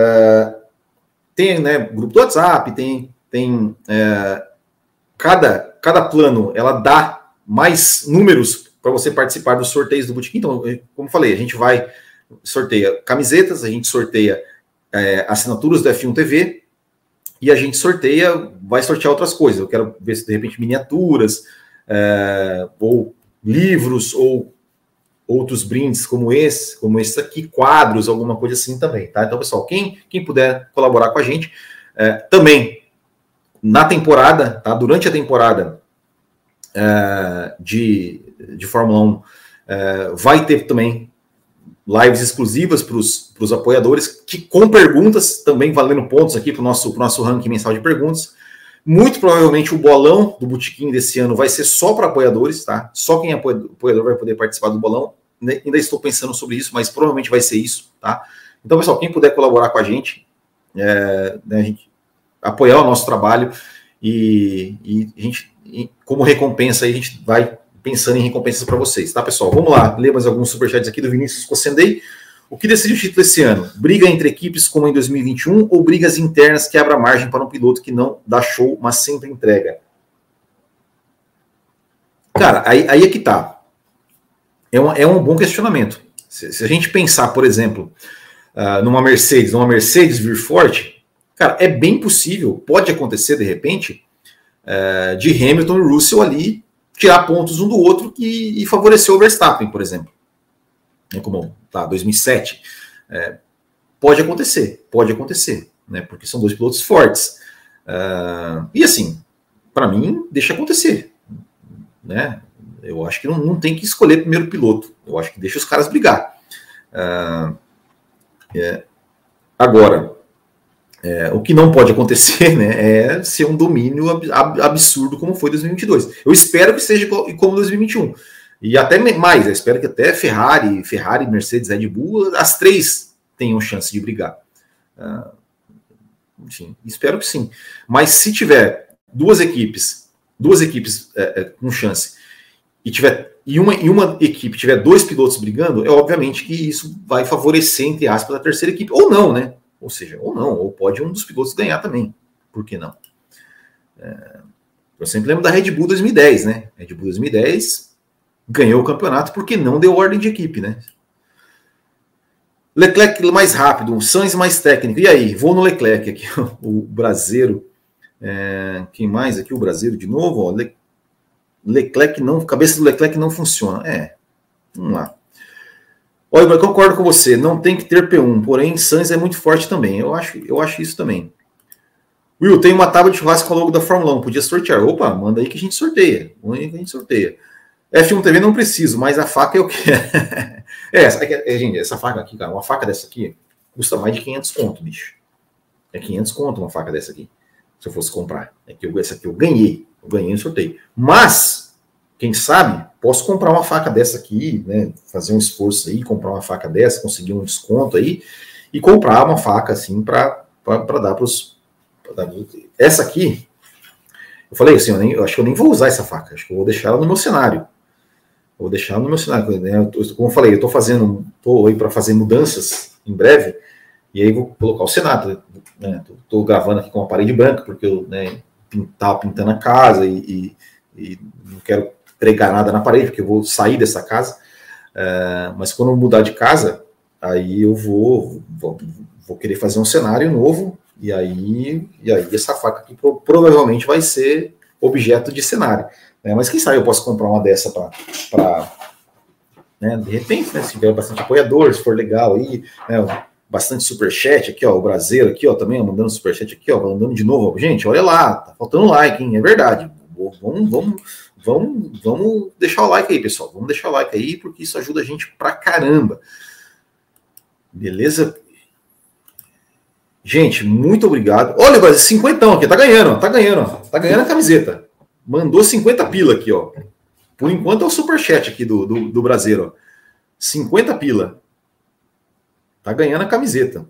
Tem, né, grupo do WhatsApp, tem cada plano, ela dá mais números para você participar dos sorteios do Botequim. Então, como falei, a gente vai sorteia camisetas, a gente sorteia assinaturas do F1 TV e a gente vai sortear outras coisas. Eu quero ver se de repente miniaturas, ou livros, ou outros brindes como esse aqui, quadros, alguma coisa assim também, tá? Então, pessoal, quem puder colaborar com a gente, também na temporada, tá? Durante a temporada de Fórmula 1, vai ter também lives exclusivas para os apoiadores, que com perguntas, também valendo pontos aqui para o nosso ranking mensal de perguntas. Muito provavelmente o bolão do Botequim desse ano vai ser só para apoiadores, tá? Só quem é apoiador vai poder participar do bolão. Ainda estou pensando sobre isso, mas provavelmente vai ser isso, tá? Então, pessoal, quem puder colaborar com a gente, né, a gente apoiar o nosso trabalho e a gente, como recompensa, aí a gente vai pensando em recompensas para vocês, tá, pessoal? Vamos lá, ler mais alguns superchats aqui do Vinícius Cossendei. O que decide o título esse ano? Briga entre equipes como em 2021 ou brigas internas que abra margem para um piloto que não dá show, mas sempre entrega? Cara, aí é que tá. É um bom questionamento. Se a gente pensar, por exemplo, numa Mercedes vir forte, cara, é bem possível, pode acontecer de repente, de Hamilton e Russell ali tirar pontos um do outro e favorecer o Verstappen, por exemplo. Como 2007. Pode acontecer, né? Porque são dois pilotos fortes. E assim, para mim, deixa acontecer, né? Eu acho que não tem que escolher primeiro piloto. Eu acho que deixa os caras brigar. Agora, o que não pode acontecer, né, é ser um domínio absurdo como foi 2022. Eu espero que seja como 2021. E até mais, eu espero que até Ferrari, Mercedes, Red Bull, as três tenham chance de brigar. Enfim, espero que sim. Mas se tiver duas equipes com chance, e uma equipe tiver dois pilotos brigando, obviamente que isso vai favorecer, entre aspas, a terceira equipe, ou não, né? Ou pode um dos pilotos ganhar também. Por que não? Eu sempre lembro da Red Bull 2010, né? Red Bull 2010 ganhou o campeonato porque não deu ordem de equipe, né? Leclerc mais rápido, Sainz mais técnico. E aí? Vou no Leclerc aqui, o brasileiro. Quem mais aqui? O brasileiro de novo, ó. Leclerc não, cabeça do Leclerc não funciona. Vamos lá. Olha, eu concordo com você, não tem que ter P1, porém Sainz é muito forte também. Eu acho isso também. Will, tem uma tábua de churrasco com o logo da Fórmula 1, podia sortear. Opa, manda aí que a gente sorteia. F1 TV não preciso, mas a faca eu quero. Gente, essa faca aqui, cara, uma faca dessa aqui custa mais de 500 conto, bicho. É 500 conto uma faca dessa aqui, se eu fosse comprar. Essa aqui eu ganhei no sorteio. Mas, quem sabe, posso comprar uma faca dessa aqui, né? Fazer um esforço aí, comprar uma faca dessa, conseguir um desconto aí, e comprar uma faca assim para dar para os. Essa aqui, eu falei assim, eu acho que eu nem vou usar essa faca, acho que eu vou deixar ela no meu cenário. Né? Como eu falei, estou aí para fazer mudanças em breve, e aí vou colocar o cenário. Né? Estou gravando aqui com uma parede branca, porque eu estava pintando a casa e não quero pregar nada na parede, porque eu vou sair dessa casa. Mas quando eu mudar de casa, aí eu vou querer fazer um cenário novo, e aí essa faca aqui provavelmente vai ser objeto de cenário. Mas quem sabe eu posso comprar uma dessa para né, de repente, né, se tiver bastante apoiador, se for legal aí, né, bastante superchat aqui, ó, o brasileiro aqui, ó, também, ó, mandando superchat aqui, ó, mandando de novo, ó, gente, olha lá, tá faltando like, hein, é verdade, vamos deixar o like aí, pessoal, vamos deixar o like aí, porque isso ajuda a gente pra caramba, beleza? Gente, muito obrigado. Olha, Brasil, 50 aqui, tá ganhando a camiseta, mandou 50 pila aqui, ó, por enquanto é o superchat aqui do brasileiro, ó, 50 pila. Tá ganhando a camiseta.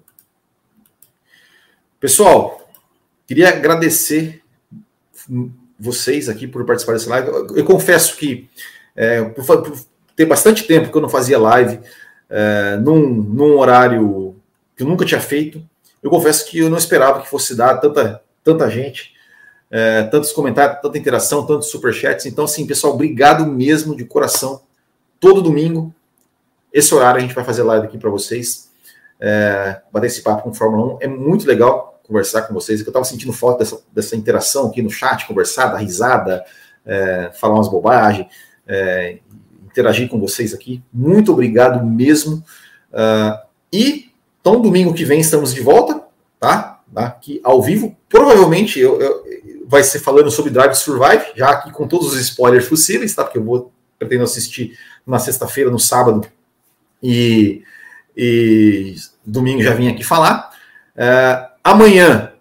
Pessoal, queria agradecer vocês aqui por participar dessa live. Eu confesso que por ter bastante tempo que eu não fazia live, num horário que eu nunca tinha feito. Eu confesso que eu não esperava que fosse dar tanta gente, tantos comentários, tanta interação, tantos superchats. Então, assim, pessoal, obrigado mesmo de coração. Todo domingo, esse horário a gente vai fazer live aqui para vocês, bater esse papo com Fórmula 1. É muito legal conversar com vocês, eu estava sentindo falta dessa interação aqui no chat, conversar, dar risada, falar umas bobagens, interagir com vocês aqui. Muito obrigado mesmo. Então, domingo que vem estamos de volta, tá? Aqui ao vivo. Provavelmente vai ser falando sobre Drive to Survive, já aqui com todos os spoilers possíveis, tá? Porque eu pretendo assistir na sexta-feira, no sábado, e domingo já vim aqui falar. Amanhã,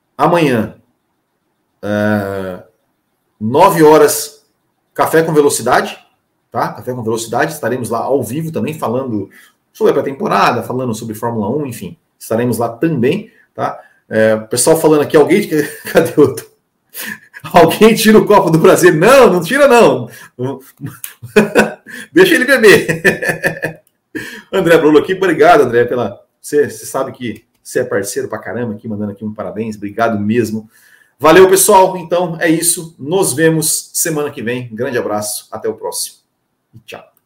9 horas, Café com Velocidade, tá? Café com Velocidade, estaremos lá ao vivo também, falando sobre a pré-temporada, falando sobre Fórmula 1, enfim, estaremos lá também, tá? O pessoal falando aqui, cadê o outro? Alguém tira o copo do prazer? Não tira não. Deixa ele beber. André Brulo aqui, obrigado, André, você sabe que você é parceiro pra caramba aqui, mandando aqui um parabéns, obrigado mesmo. Valeu, pessoal, então é isso, nos vemos semana que vem, grande abraço, até o próximo e tchau.